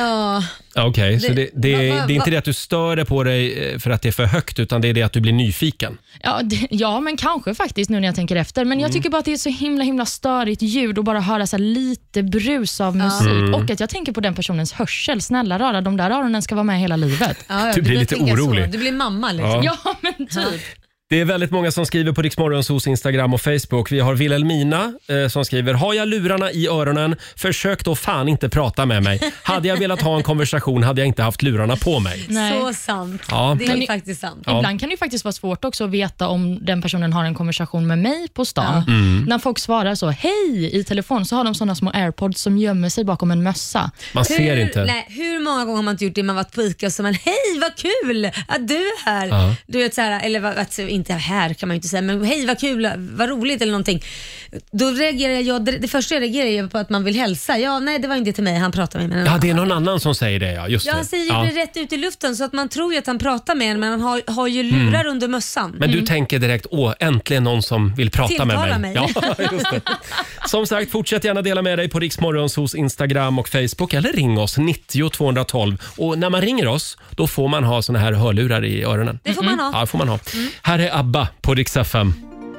Okej, så det är inte det att du stör dig på dig för att det är för högt, utan det är det att du blir nyfiken. Ja, men kanske faktiskt nu när jag tänker efter. Men jag tycker bara att det är så himla störigt ljud och bara höra så här lite brus av musik. Och att jag tänker på den personens hörsel. Snälla rara, de där öronen ska vara med hela livet. Du blir lite orolig. Du blir mamma liksom. Ja, men typ. Det är väldigt många som skriver på Rix Morgonzos Instagram och Facebook. Vi har Wilhelmina som skriver: har jag lurarna i öronen, försök då fan inte prata med mig. Hade jag velat ha en konversation hade jag inte haft lurarna på mig. Nej. Så sant. Ja. Det är faktiskt sant. Ibland kan det ju faktiskt vara svårt också att veta om den personen har en konversation med mig på stan. När folk svarar så, hej, i telefon, så har de sådana små AirPods som gömmer sig bakom en mössa. Man ser inte. Nej, hur många gånger har man inte gjort det? Man varit på ICA och så man, hej vad kul att du är här. Du vet så här, eller inte här kan man ju inte säga, men hej vad kul, vad roligt eller någonting. Då reagerar jag, det första jag reagerar på att man vill hälsa. Ja, nej, det var inte till mig, han pratar med mig. Ja, det är någon annan som säger det, ja, just det. Han säger det rätt ut i luften så att man tror ju att han pratar med en, men han har ju lurar under mössan. Men du tänker direkt, äntligen någon som vill prata med mig. Ja, just det. Som sagt, fortsätt gärna dela med dig på Rix Morgonzos Instagram och Facebook, eller ring oss 90 212. Och när man ringer oss, då får man ha såna här hörlurar i öronen. Det får man ha. Ja, får man ha. Här är ABBA på Rix FM.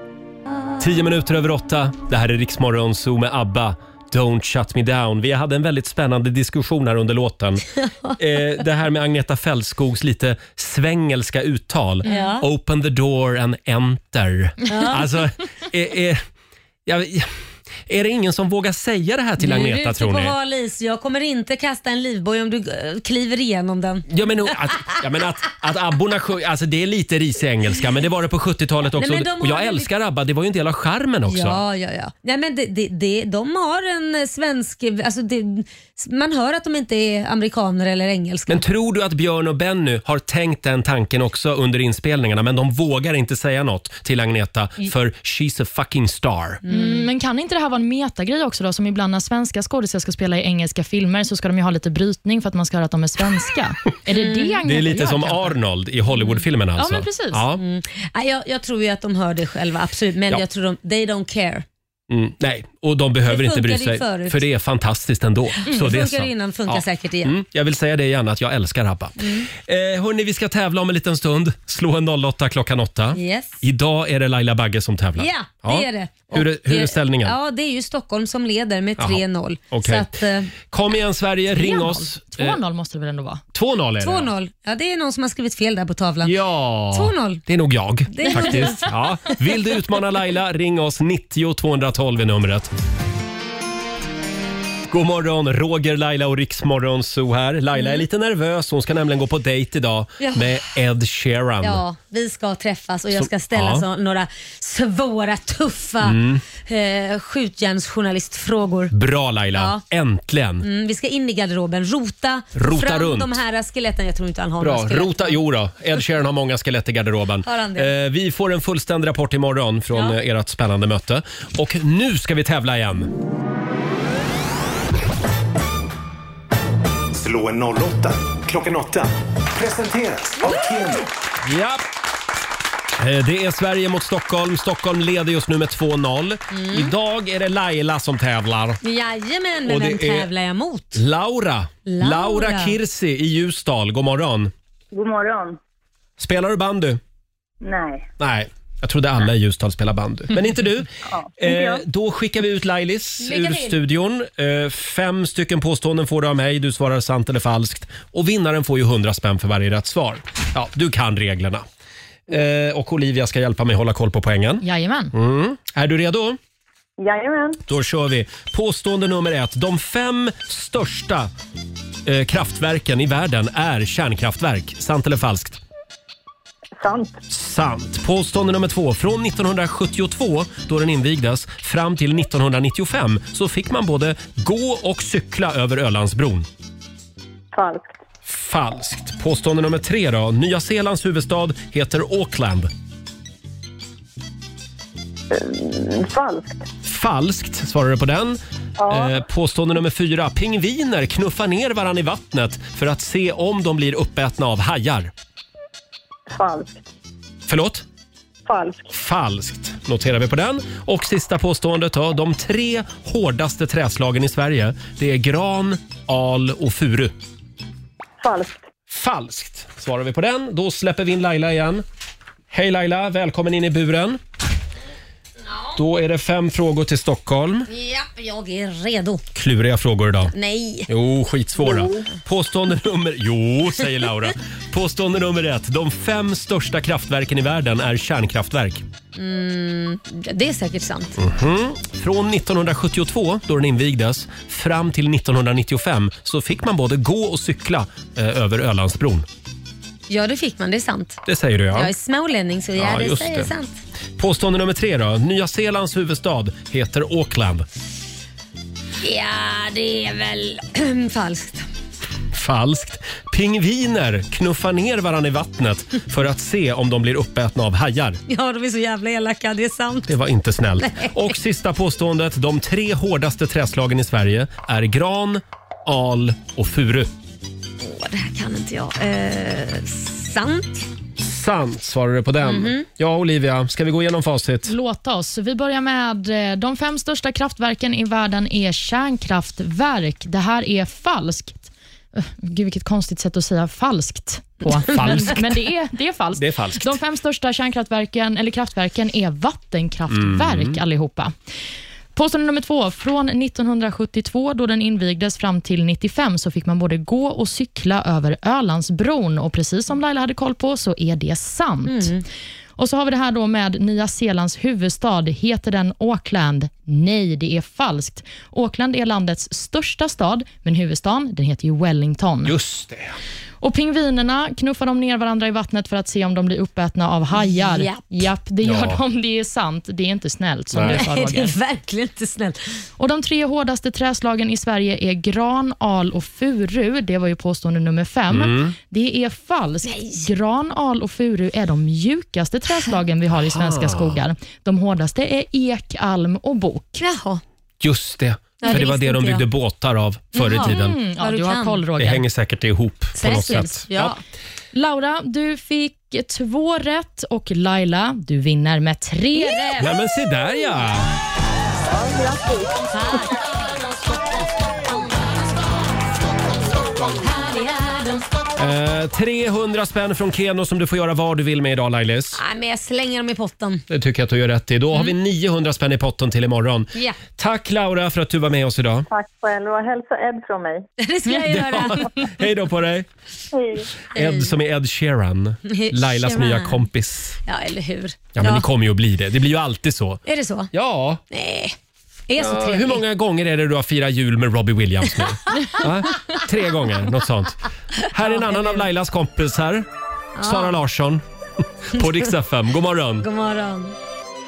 8:10. Det här är Rix Morgonzo med ABBA. Don't shut me down. Vi hade en väldigt spännande diskussion här under låten. Det här med Agneta Fältskogs lite svängelska uttal. Open the door and enter. Alltså, är det ingen som vågar säga det här till Agneta, tror ni? Du är ute på hal is. Jag kommer inte kasta en livboj om du kliver igenom den. Ja, men att abborna alltså det är lite risig engelska, men det var det på 70-talet också. Nej, och jag älskar ABBA, det var ju en del av charmen också. Ja. Nej, men de har en svensk... Alltså man hör att de inte är amerikaner eller engelska. Men tror du att Björn och Benny har tänkt den tanken också under inspelningarna, men de vågar inte säga något till Agneta för she's a fucking star? Men kan inte det här här vara en metagrej också då, som ibland när svenska skådespelare ska spela i engelska filmer så ska de ju ha lite brytning för att man ska höra att de är svenska. Är det Det är lite som Arnold i Hollywoodfilmen alltså. Ja, men precis. Ja. Jag tror ju att de hör det själva, absolut. Men jag tror they don't care. Nej, och de behöver inte bry sig för det är fantastiskt ändå. Så det är funkar innan, funkar säkert igen. Jag vill säga det igen att jag älskar ABBA. Hörrni, vi ska tävla om en liten stund. Slå en 08 klockan 8. Yes. Idag är det Laila Bagge som tävlar. Ja, det är det. Hur är ställningen? Ja, det är ju Stockholm som leder med 3-0. Okay. Så att, kom igen Sverige, ring oss. 2-0 måste det väl ändå vara? 2-0 är det. 2-0. Ja, det är någon som har skrivit fel där på tavlan. Ja, 2-0. det är nog jag faktiskt. Ja. Vill du utmana Laila, ring oss 90 212 i numret. God morgon, Roger, Laila och Riksmorgon Zoo här. Laila är lite nervös, hon ska nämligen gå på dejt idag med Ed Sheeran. Ja, vi ska träffas och jag ska ställa några svåra, tuffa skjutjärnsjournalistfrågor. Bra Laila, äntligen. Vi ska in i garderoben, rota fram runt de här skeletten. Jag tror inte han har Bra, några skelett. jo då. Ed Sheeran har många skelett i garderoben. Har han det? Vi får en fullständig rapport imorgon från ert spännande möte. Och nu ska vi tävla igen. Slå en 08 klockan 8. Presenteras av Keno. Ja. Det är Sverige mot Stockholm. Stockholm leder just nu med 2-0. Idag är det Laila som tävlar. Jajamän, men vem tävlar jag mot? Laura Kirsi i Ljusdal. God morgon. God morgon. Spelar du bandy? Nej. Jag trodde alla i Ljusdal spelar bandy. Men inte du. Då skickar vi ut Lailis ur studion. 5 stycken påståenden får du av mig. Du svarar sant eller falskt. Och vinnaren får ju 100 spänn för varje rätt svar. Ja, du kan reglerna. Och Olivia ska hjälpa mig hålla koll på poängen. Jajamän. Är du redo? Jajamän. Då kör vi. Påstående nummer 1. De 5 största kraftverken i världen är kärnkraftverk. Sant eller falskt? Sant. Påstående nummer 2. Från 1972, då den invigdes, fram till 1995 så fick man både gå och cykla över Ölandsbron. Falskt. Påstående nummer 3 då. Nya Zeelands huvudstad heter Auckland. Falskt, svarar du på den. Påstående nummer 4. Pingviner knuffar ner varann i vattnet för att se om de blir uppätna av hajar. Förlåt? Falskt. Noterar vi på den. Och sista påståendet då. De 3 hårdaste träslagen i Sverige, det är gran, al och furu. Falskt. Svarar vi på den. Då släpper vi in Laila igen. Hej Laila, välkommen in i buren. Då är det 5 frågor till Stockholm. Ja, jag är redo. Kluriga frågor idag. Nej. Jo, skitsvåra. Påstående nummer... Jo, säger Laura. Påstående nummer 1. De 5 största kraftverken i världen är kärnkraftverk. Det är säkert sant. Från 1972, då den invigdes, fram till 1995 så fick man både gå och cykla över Ölandsbron. Ja, det fick man. Det är sant. Det säger du, ja. Jag är smålänning så det säger sant. Påstående nummer 3 då. Nya Zeelands huvudstad heter Auckland. Ja, det är väl Falskt. Pingviner knuffar ner varann i vattnet för att se om de blir uppätna av hajar. Ja, de är så jävla elaka. Det är sant. Det var inte snällt. Nej. Och sista påståendet. De 3 hårdaste träslagen i Sverige är gran, al och furu. Det här kan inte jag. Sant, svarar du på den. Ja, Olivia, ska vi gå igenom facit? Låt oss. Vi börjar med de 5 största kraftverken i världen är kärnkraftverk. Det här är falskt. Gud, vilket konstigt sätt att säga falskt på. Men det är falskt. Det är falskt. De 5 största kärnkraftverken eller kraftverken är vattenkraftverk allihopa. Påstående nummer 2. Från 1972 då den invigdes fram till 95 så fick man både gå och cykla över Ölandsbron. Och precis som Laila hade koll på så är det sant. Och så har vi det här då med Nya Zeelands huvudstad. Heter den Auckland? Nej, det är falskt. Auckland är landets största stad, men huvudstaden den heter ju Wellington. Just det. Och pingvinerna knuffar de ner varandra i vattnet för att se om de blir uppätna av hajar. Japp, det gör de. Det är sant. Det är inte snällt som du sa, Roger. Det är verkligen inte snällt. Och de 3 hårdaste träslagen i Sverige är gran, al och furu. Det var ju påstående nummer 5. Det är falskt. Nej. Gran, al och furu är de mjukaste träslagen vi har i svenska skogar. De hårdaste är ek, alm och bok. Jaha. Just det. Ja, För det var visste det de inte byggde jag. båtar av förr i tiden. Ja, du har koll, Roger. Det hänger säkert ihop på något sätt. Ja. Laura, du fick 2 rätt och Laila, du vinner med 3 rätt. Nej, men se där ja! 300 spänn från Keno som du får göra vad du vill med idag, Lailis. Nej, men jag slänger dem i potten. Det tycker jag att du gör rätt i. Då har vi 900 spänn i potten till imorgon. Ja. Tack Laura för att du var med oss idag. Tack själv och hälsa Ed från mig. Det ska jag göra. Hej då på dig. Hej. Ed som är Ed Sheeran. Lailas Sheeran. nya kompis. Ja, eller hur? Ja, men ni kommer ju att bli det. Det blir ju alltid så. Är det så? Ja. Nej. Är jag så Ja, trevlig? hur många gånger är det du har firat jul med Robbie Williams nu? Va? 3 gånger, något sånt. Här är en annan av Lailas kompisar. Sara Larsson på Rix FM. God morgon. God morgon.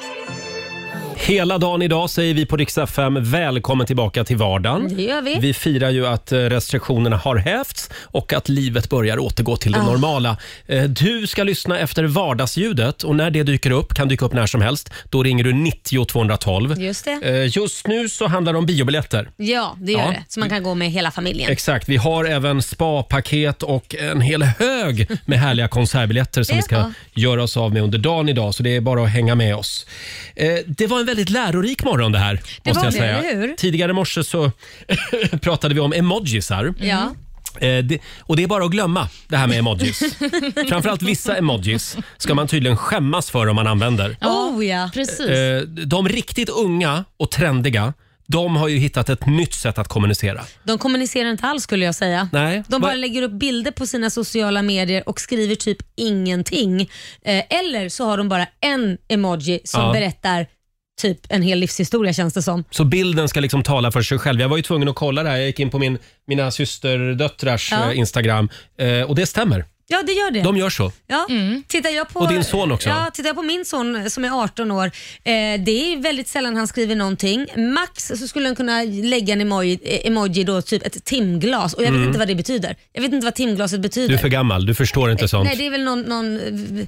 Hela dagen idag säger vi på Rix FM välkommen tillbaka till vardagen. Det gör vi. Vi firar ju att restriktionerna har hävts och att livet börjar återgå till det normala. Du ska lyssna efter vardagsljudet och när det dyker upp, kan dyka upp när som helst, då ringer du 90 212. Just det. Just nu så handlar det om biobiljetter. Ja, det gör Ja. det. Så man kan gå med hela familjen. Exakt, vi har även spa-paket och en hel hög med härliga konsertbiljetter som vi ska Ja. göra oss av med under dagen idag, så det är bara att hänga med oss. Det var en väldigt lärorik morgon det här, måste var jag det, säga. eller hur? Tidigare i morse så pratade vi om emojisar. Ja. Och det är bara att glömma det här med emojis. Framförallt vissa emojis ska man tydligen skämmas för om man använder. Oh ja. Precis. De riktigt unga och trendiga, de har ju hittat ett nytt sätt att kommunicera. De kommunicerar inte alls skulle jag säga. Nej. De bara lägger upp bilder på sina sociala medier och skriver typ ingenting. Eller så har de bara en emoji som berättar typ en hel livshistoria, känns det som. Så bilden ska liksom tala för sig själv. Jag var ju tvungen att kolla det här. Jag gick in på mina systerdöttrars Instagram och det stämmer. Ja, det gör det. De gör så. Ja. Tittar jag på, Och din son också. Ja, tittar jag på min son som är 18 år. Det är väldigt sällan han skriver någonting. Max så skulle han kunna lägga en emoji då, typ ett timglas. Och jag vet inte vad det betyder. Jag vet inte vad timglaset betyder. Du är för gammal, du förstår inte sånt. Nej, det är väl någon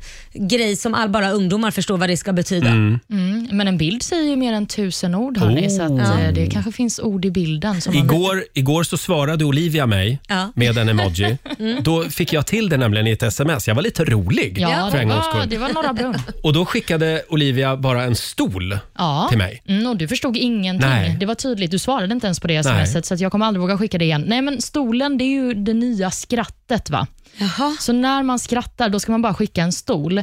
grej som bara ungdomar förstår vad det ska betyda. Men en bild säger ju mer än 1000 ord, hörni, så att, det kanske finns ord i bilden. Som Igår så svarade Olivia mig med en emoji. Då fick jag till det nämligen i ett sms. Jag var lite rolig för en gångs skull. Det var Norra Brunn. Och då skickade Olivia bara en stol till mig. Och du förstod ingenting. Nej. Det var tydligt. Du svarade inte ens på det smset, så att jag kommer aldrig våga skicka det igen. Nej, men stolen, det är ju det nya skrattet, va? Jaha. Så när man skrattar, då ska man bara skicka en stol.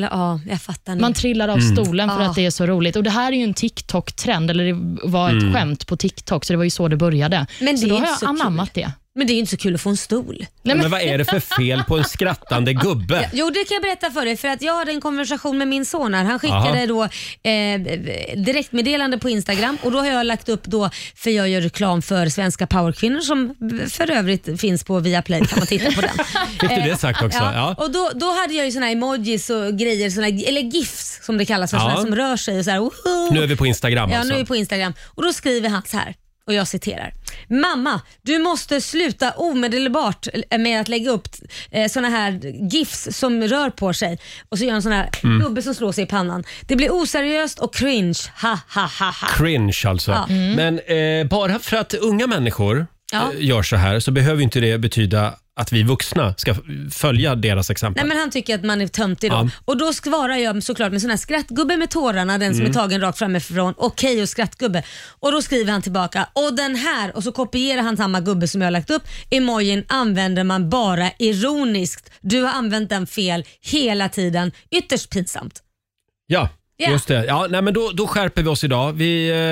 Jag fattar nu. Man trillar av stolen för att det är så roligt. Och det här är ju en TikTok-trend, eller det var ett skämt på TikTok, så det var ju så det började. Men så det då är har inte jag så anammat det. Men det är ju inte så kul att få en stol. Men vad är det för fel på en skrattande gubbe? Jo, det kan jag berätta för dig. För att jag hade en konversation med min son här. Han skickade då direktmeddelande på Instagram. Och då har jag lagt upp då, för jag gör reklam för Svenska Powerkvinnor som för övrigt finns på Viaplay. Kan man titta på den. Fick du det sagt också? Ja. Och då hade jag ju såna emojis och grejer, eller GIFs som det kallas för, såna som rör sig och så här. Nu är vi på Instagram Ja, alltså. nu är vi på Instagram. Och då skriver han så här. Och jag citerar. Mamma, du måste sluta omedelbart med att lägga upp såna här gifs som rör på sig. Och så gör han sån här gubbe som slår sig i pannan. Det blir oseriöst och cringe. Ha, ha, ha, ha. Cringe alltså. Ja. Men bara för att unga människor gör så här så behöver inte det betyda att vi vuxna ska följa deras exempel. Nej, men han tycker att man är töntig då. Ja. Och då svarar jag såklart med sån här skrattgubbe med tårarna, den som är tagen rakt framifrån. Okej, och skrattgubbe. Och då skriver han tillbaka, och den här, och så kopierar han samma gubbe som jag har lagt upp. Emojin använder man bara ironiskt. Du har använt den fel hela tiden. Ytterst pinsamt. Ja. Just det. Ja, nej, men då skärper vi oss idag.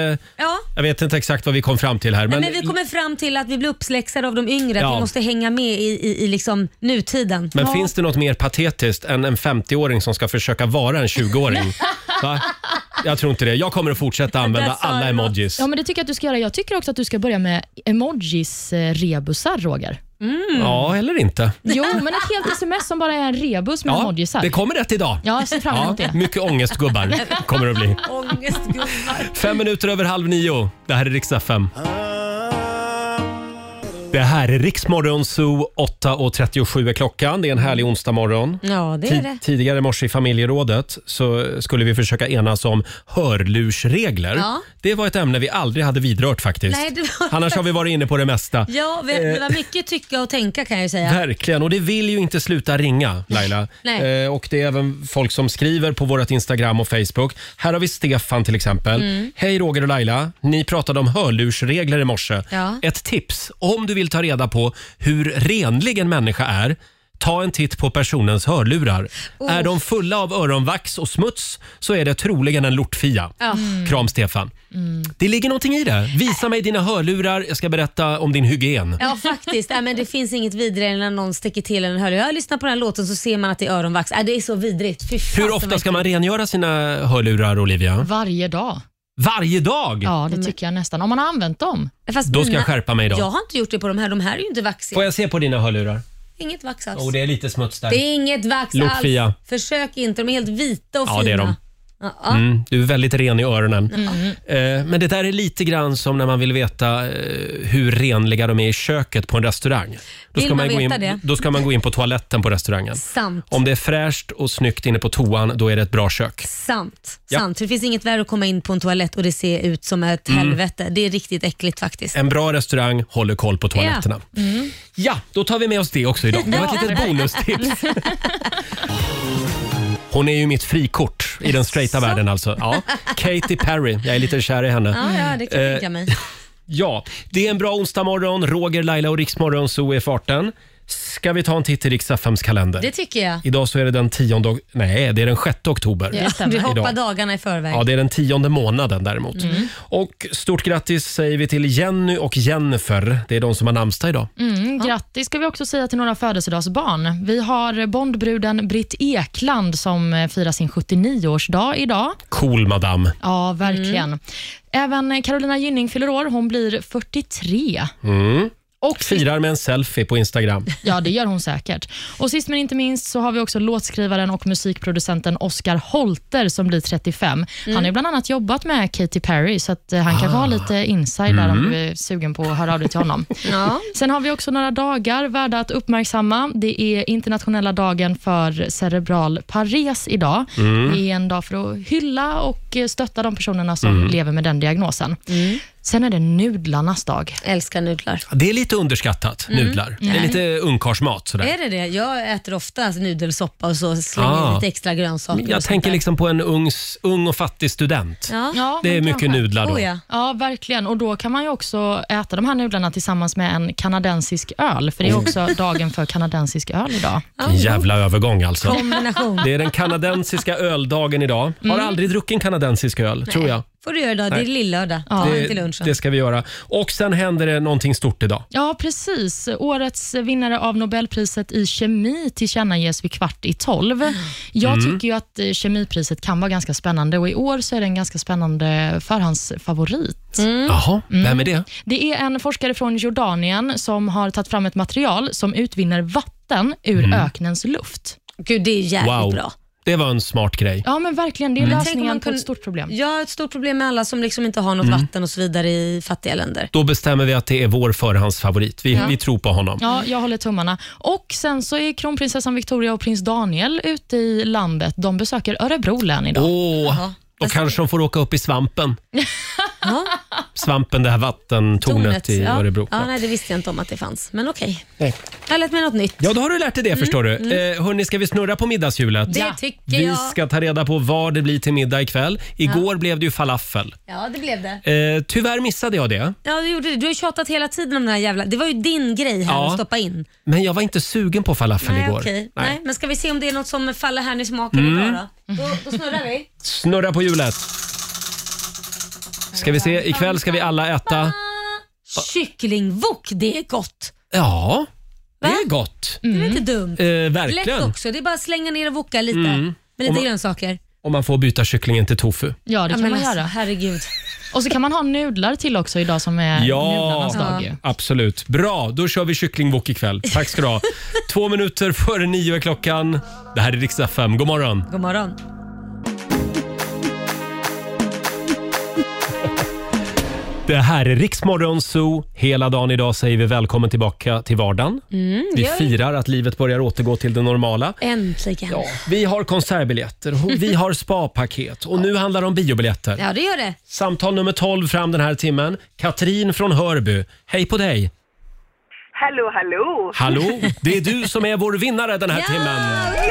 Jag vet inte exakt vad vi kom fram till här. Men vi kommer fram till att vi blir uppsläxade av de yngre. Att vi måste hänga med i liksom nutiden. Men finns det något mer patetiskt än en 50-åring som ska försöka vara en 20-åring? Va? Jag tror inte det. Jag kommer att fortsätta använda alla emojis. Ja, men det tycker jag att du ska göra. Jag tycker också att du ska börja med emojis rebusar, Roger. Ja, eller inte. Jo, men ett helt sms som bara är en rebus med emojisar. Det kommer rätt idag. Ja, jag ser fram emot det. Mycket ångestgubbar kommer det att bli. Ångestgubbar. 5 minuter över 8:30. Det här är Rix FM. Det Det här är Riksmorgon Zoo, 8:37 är klockan. Det är en härlig onsdag morgon. Ja, det är det. Tidigare i morse i familjerådet så skulle vi försöka enas om hörlursregler. Ja. Det var ett ämne vi aldrig hade vidrört faktiskt. Nej, det var... Annars har vi varit inne på det mesta. Ja, det var mycket tycka och tänka kan jag säga. Verkligen, och det vill ju inte sluta ringa, Laila. Nej. Och det är även folk som skriver på vårt Instagram och Facebook. Här har vi Stefan till exempel. Hej Roger och Laila, ni pratade om hörlursregler i morse. Ja. Ett tips, om du vill ta reda på hur renlig en människa är, ta en titt på personens hörlurar. Är de fulla av öronvax och smuts så är det troligen en lortfia. Kram Stefan. Det ligger någonting i det. Visa mig dina hörlurar, jag ska berätta om din hygien. Ja, faktiskt. Men det finns inget vidrigare när någon sticker till en hörlur. Jag lyssnar på den här låten så ser man att det är öronvax. Det är så vidrigt. Fy fan, hur ofta ska man rengöra sina hörlurar, Olivia? Varje dag. Varje dag? Ja, det tycker jag nästan. Om man har använt dem. Fast då ska jag skärpa mig idag. Jag har inte gjort det på de här. De här är ju inte vaxiga. Får jag se på dina hörlurar? Inget vax alls. Det är lite smuts där. Det är inget vax Lortfia. alls. Försök inte. De är helt vita och fina. Ja, det är de. Du är väldigt ren i öronen. Men det där är lite grann som när man vill veta hur renliga de är i köket på en restaurang. Då ska man gå in på toaletten på restaurangen. Sant. Om det är fräscht och snyggt inne på toan, då är det ett bra kök. Sant. Ja. Sant. För det finns inget värre att komma in på en toalett och det ser ut som ett helvete. Det är riktigt äckligt faktiskt. En bra restaurang håller koll på toaletterna. Ja, då tar vi med oss det också idag. Det var ett litet bonustips. Hon är ju mitt frikort i den straighta världen alltså. Ja. Katy Perry, jag är lite kär i henne. Ja, det kan jag tänka mig. Ja, det är en bra onsdag morgon. Roger, Laila och Riksmorgon så är farten. Ska vi ta en titt i Rix FMs kalender? Det tycker jag. Idag så är det den 6 oktober. Ja, du hoppar dagarna i förväg. Ja, det är den 10:e månaden däremot. Och stort grattis säger vi till Jenny och Jennifer. Det är de som har namnsdag idag. Grattis ska vi också säga till några födelsedagsbarn. Vi har Bondbruden Britt Ekland som firar sin 79-årsdag idag. Cool madame. Ja, verkligen. Även Carolina Gynning fyller år. Hon blir 43. Och firar med en selfie på Instagram. Ja, det gör hon säkert. Och sist men inte minst så har vi också låtskrivaren och musikproducenten Oscar Holter som blir 35. Han har bland annat jobbat med Katy Perry så att han kan ha lite inside där om du är sugen på att höra av dig till honom. Sen har vi också några dagar värda att uppmärksamma. Det är internationella dagen för cerebral pares idag. Det är en dag för att hylla och stötta de personerna som lever med den diagnosen. Sen är det nudlarnas dag. Älskar nudlar. Det är lite underskattat, nudlar. Det är lite ungkarsmat sådär. Är det? Jag äter ofta nudelsoppa och så slänger lite extra grönsaker. Jag tänker liksom på en ung och fattig student. Ja, det är mycket nudlar då. Ja, verkligen. Och då kan man ju också äta de här nudlarna tillsammans med en kanadensisk öl. För det är också dagen för kanadensisk öl idag. En jävla övergång alltså. Kombination. Det är den kanadensiska öldagen idag. Har aldrig druckit en kanadensisk öl, tror jag. Får du göra idag, det är lillördag. Till lunchen. Det ska vi göra. Och sen händer det någonting stort idag. Ja, precis. Årets vinnare av Nobelpriset i kemi tillkännages vid 11:15. Jag tycker ju att kemipriset kan vara ganska spännande och i år så är det en ganska spännande förhandsfavorit. Jaha, vem är det? Det är en forskare från Jordanien som har tagit fram ett material som utvinner vatten ur öknens luft. Gud, det är jävligt bra. Det var en smart grej. Ja, men verkligen. Det är lösningen på ett stort problem. Ja, ett stort problem med alla som liksom inte har något vatten och så vidare i fattiga länder. Då bestämmer vi att det är vår förhandsfavorit. Vi tror på honom. Ja, jag håller tummarna. Och sen så är kronprinsessan Victoria och prins Daniel ute i landet. De besöker Örebro län idag. Och kanske de får åka upp i svampen. Svampen, det här vattentornet i Örebro. Ja, nej, det visste jag inte om att det fanns. Men okej. Jag har lärt mig något nytt. Ja, då har du lärt dig det, förstår du. Hörrni, ska vi snurra på middagshjulet? Det tycker vi jag. ska ta reda på vad det blir till middag ikväll. Igår blev det ju falafel. Ja, det blev det. Tyvärr missade jag det. Ja, du gjorde det. Du har tjatat hela tiden om den här jävla... Det var ju din grej här att stoppa in. Men jag var inte sugen på falafel igår. Okej. Nej, men ska vi se om det är något som faller här i smaken idag då? Då snurrar vi. Snurra på hjulet. Ska vi se, ikväll ska vi alla äta... Kycklingwok, det är gott. Ja, det är gott. Det är inte dumt. Verkligen. Lätt också, det är bara att slänga ner och woka lite. Med lite grönsaker. Och man får byta kycklingen till tofu. Ja, det kan man göra. Herregud. Och så kan man ha nudlar till också idag som är nudlarnas dag. Absolut. Bra, då kör vi kycklingwok ikväll. Tack ska du ha. 2 minuter före 9 är klockan. Det här är Rix FM. God morgon. God morgon. Det här är Riksmorgon Zoo. Hela dagen idag säger vi välkommen tillbaka till vardagen. Vi firar att livet börjar återgå till det normala. Äntligen. Ja, vi har konsertbiljetter, vi har spapaket och nu handlar det om biobiljetter. Ja, det gör det. Samtal nummer 12 fram den här timmen. Katrin från Hörby. Hej på dig. Hallå, hallå. Hallå, det är du som är vår vinnare den här timmen.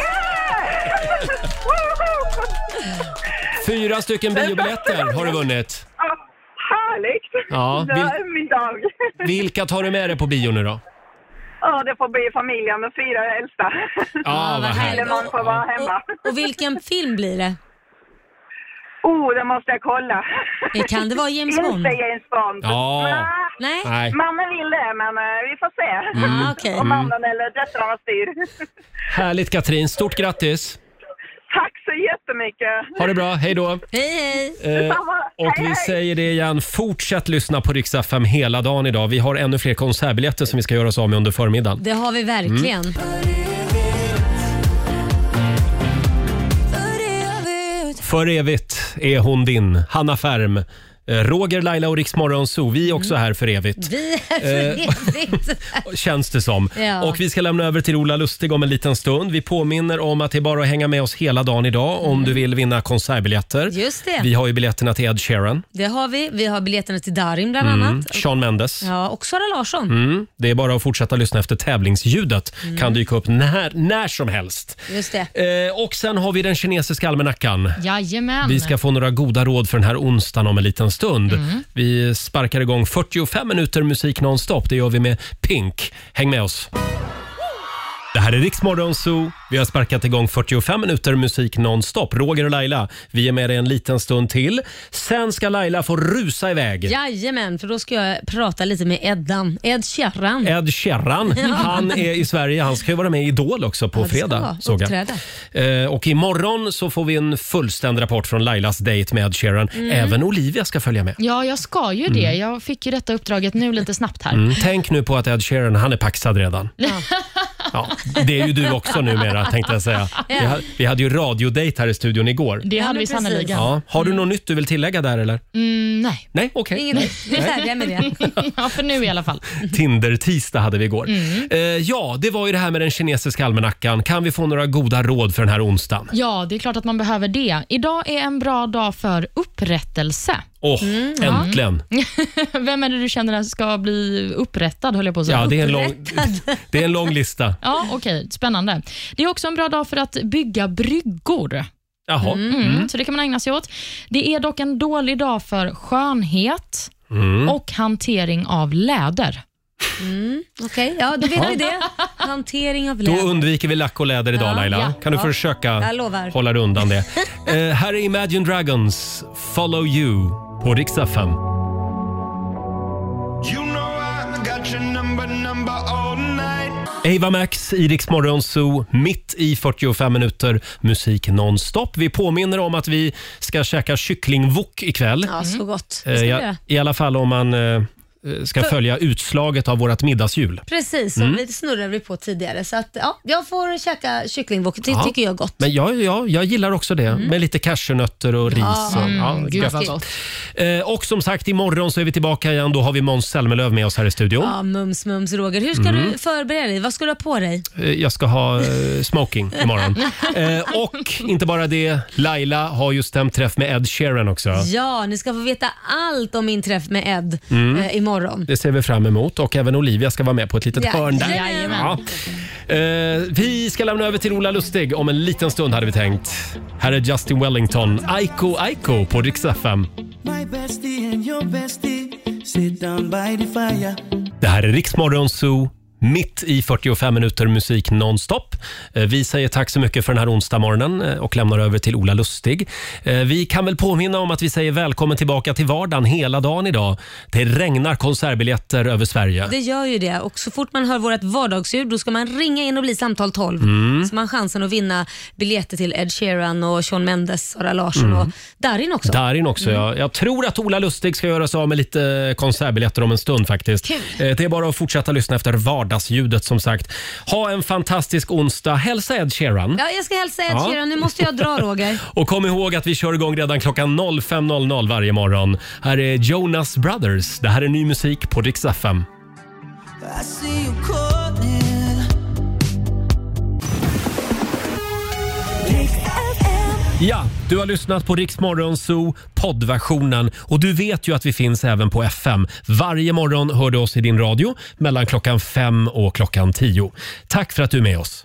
4 stycken biobiljetter har du vunnit. Härligt. Ja, det är min dag. Vilka tar du med dig på bio nu då? Ja, det får bli familjen med 4 äldsta. Ja, vad härligt. Eller någon får vara hemma. Och vilken film blir det? Det måste jag kolla. Kan det vara James Bond? Inte James Bond. Ja. Nej. Mannen vill det, men vi får se. Okay. Om mannen eller döttrarna styr. Härligt Katrin, stort grattis. Tack så jättemycket. Ha det bra, hej då. Hej, hej. Och vi säger det igen, fortsätt lyssna på Rix FM hela dagen idag. Vi har ännu fler konsertbiljetter som vi ska göra oss av med under förmiddagen. Det har vi verkligen. För evigt är hon din, Hanna Färm. Roger, Laila och Riksmorgon Zoo. Vi är också här för evigt. Vi är för evigt. Känns det som. Ja. Och vi ska lämna över till Ola Lustig om en liten stund. Vi påminner om att det är bara att hänga med oss hela dagen idag om du vill vinna konsertbiljetter. Just det. Vi har ju biljetterna till Ed Sheeran. Det har vi. Vi har biljetterna till Darin bland annat. Shawn Mendes. Ja, och Sara Larsson. Det är bara att fortsätta lyssna efter tävlingsljudet. Kan dyka upp när som helst. Just det. Och sen har vi den kinesiska almanackan. Jajamän. Vi ska få några goda råd för den här onsdagen om en liten stund. Vi sparkar igång 45 minuter musik nonstop. Det gör vi med Pink. Häng med oss. Det här är Riksmorgon Zoo. Vi har sparkat igång 45 minuter musik nonstop. Roger och Laila, vi är med dig en liten stund till. Sen ska Laila få rusa iväg. Jajamän, för då ska jag prata lite med Ed Sheeran. Ed Sheeran, han är i Sverige. Han ska ju vara med i Idol också på fredag. Såg jag. Och imorgon så får vi en fullständig rapport från Lailas date med Ed Sheeran. Även Olivia ska följa med. Ja, jag ska ju det. Jag fick ju detta uppdraget nu lite snabbt här. Tänk nu på att Ed Sheeran, han är paxad redan. Ja, det är ju du också numera, tänkte jag säga. Vi hade ju radiodate här i studion igår. Det hade vi sannolikt. Ja. Har du något nytt du vill tillägga där eller? Nej. Nej, okej. Inget. Vi är färdiga med det. Ja, för nu i alla fall. Tinder-tisdag hade vi igår. Ja, det var ju det här med den kinesiska almanackan. Kan vi få några goda råd för den här onsdagen? Ja, det är klart att man behöver det. Idag är en bra dag för upprättelse. Äntligen. Vem är det du känner ska bli upprättad, höll jag på att säga? Ja, det är en lång lista. Ja, okej. Spännande. Det är också en bra dag för att bygga bryggor. Jaha. Så det kan man ägna sig åt. Det är dock en dålig dag för skönhet och hantering av läder. Okej, ja, då vet vi det. Hantering av läder. Då undviker vi lack och läder idag, Laila. Kan du försöka hålla dig undan det? Här är Imagine Dragons Follow You på Rix FM. Ava Max i Rix Morgon Zoo, mitt i 45 minuter musik nonstop. Vi påminner om att vi ska käka kycklingwok ikväll. Ja, så gott. I alla fall om man ska följa utslaget av vårt middagshjul. Precis, som vi snurrade på tidigare. Så att, ja, jag får käka kycklingwok. Det tycker jag är gott. Men jag gillar också det. Med lite cashewnötter och ris. Gud vad gott. Och som sagt, imorgon så är vi tillbaka igen. Då har vi Måns Zelmerlöw med oss här i studion. Ja, mums Roger. Hur ska du förbereda dig? Vad ska du ha på dig? Jag ska ha smoking imorgon. Och inte bara det, Laila har just en träff med Ed Sheeran också. Ja, ni ska få veta allt om min träff med Ed imorgon. Det ser vi fram emot. Och även Olivia ska vara med på ett litet hörn där. Ja. Vi ska lämna över till Ola Lustig om en liten stund hade vi tänkt. Här är Justin Wellington, Aiko på Rix FM. Det här är Rix Morgon Zoo. Mitt i 45 minuter musik nonstop. Vi säger tack så mycket för den här onsdagsmorgonen och lämnar över till Ola Lustig. Vi kan väl påminna om att vi säger välkommen tillbaka till vardagen hela dagen idag. Det regnar konsertbiljetter över Sverige. Det gör ju det, och så fort man hör vårt vardagsljud då ska man ringa in och bli samtal 12. Så man har chansen att vinna biljetter till Ed Sheeran och Shawn Mendes, Sara Larsson och Darin också. Ja. Jag tror att Ola Lustig ska göra sig av med lite konsertbiljetter om en stund faktiskt. Det är bara att fortsätta lyssna efter vardagen vardagsljudet som sagt. Ha en fantastisk onsdag. Hälsa Ed Sheeran. Ja, jag ska hälsa Ed Sheeran. Nu måste jag dra, Roger. Och kom ihåg att vi kör igång redan klockan 05.00 varje morgon. Här är Jonas Brothers. Det här är ny musik på Rix FM. Ja, du har lyssnat på Rix Morgon Zoo poddversionen och du vet ju att vi finns även på FM. Varje morgon hör du oss i din radio mellan klockan 5 och klockan 10. Tack för att du är med oss.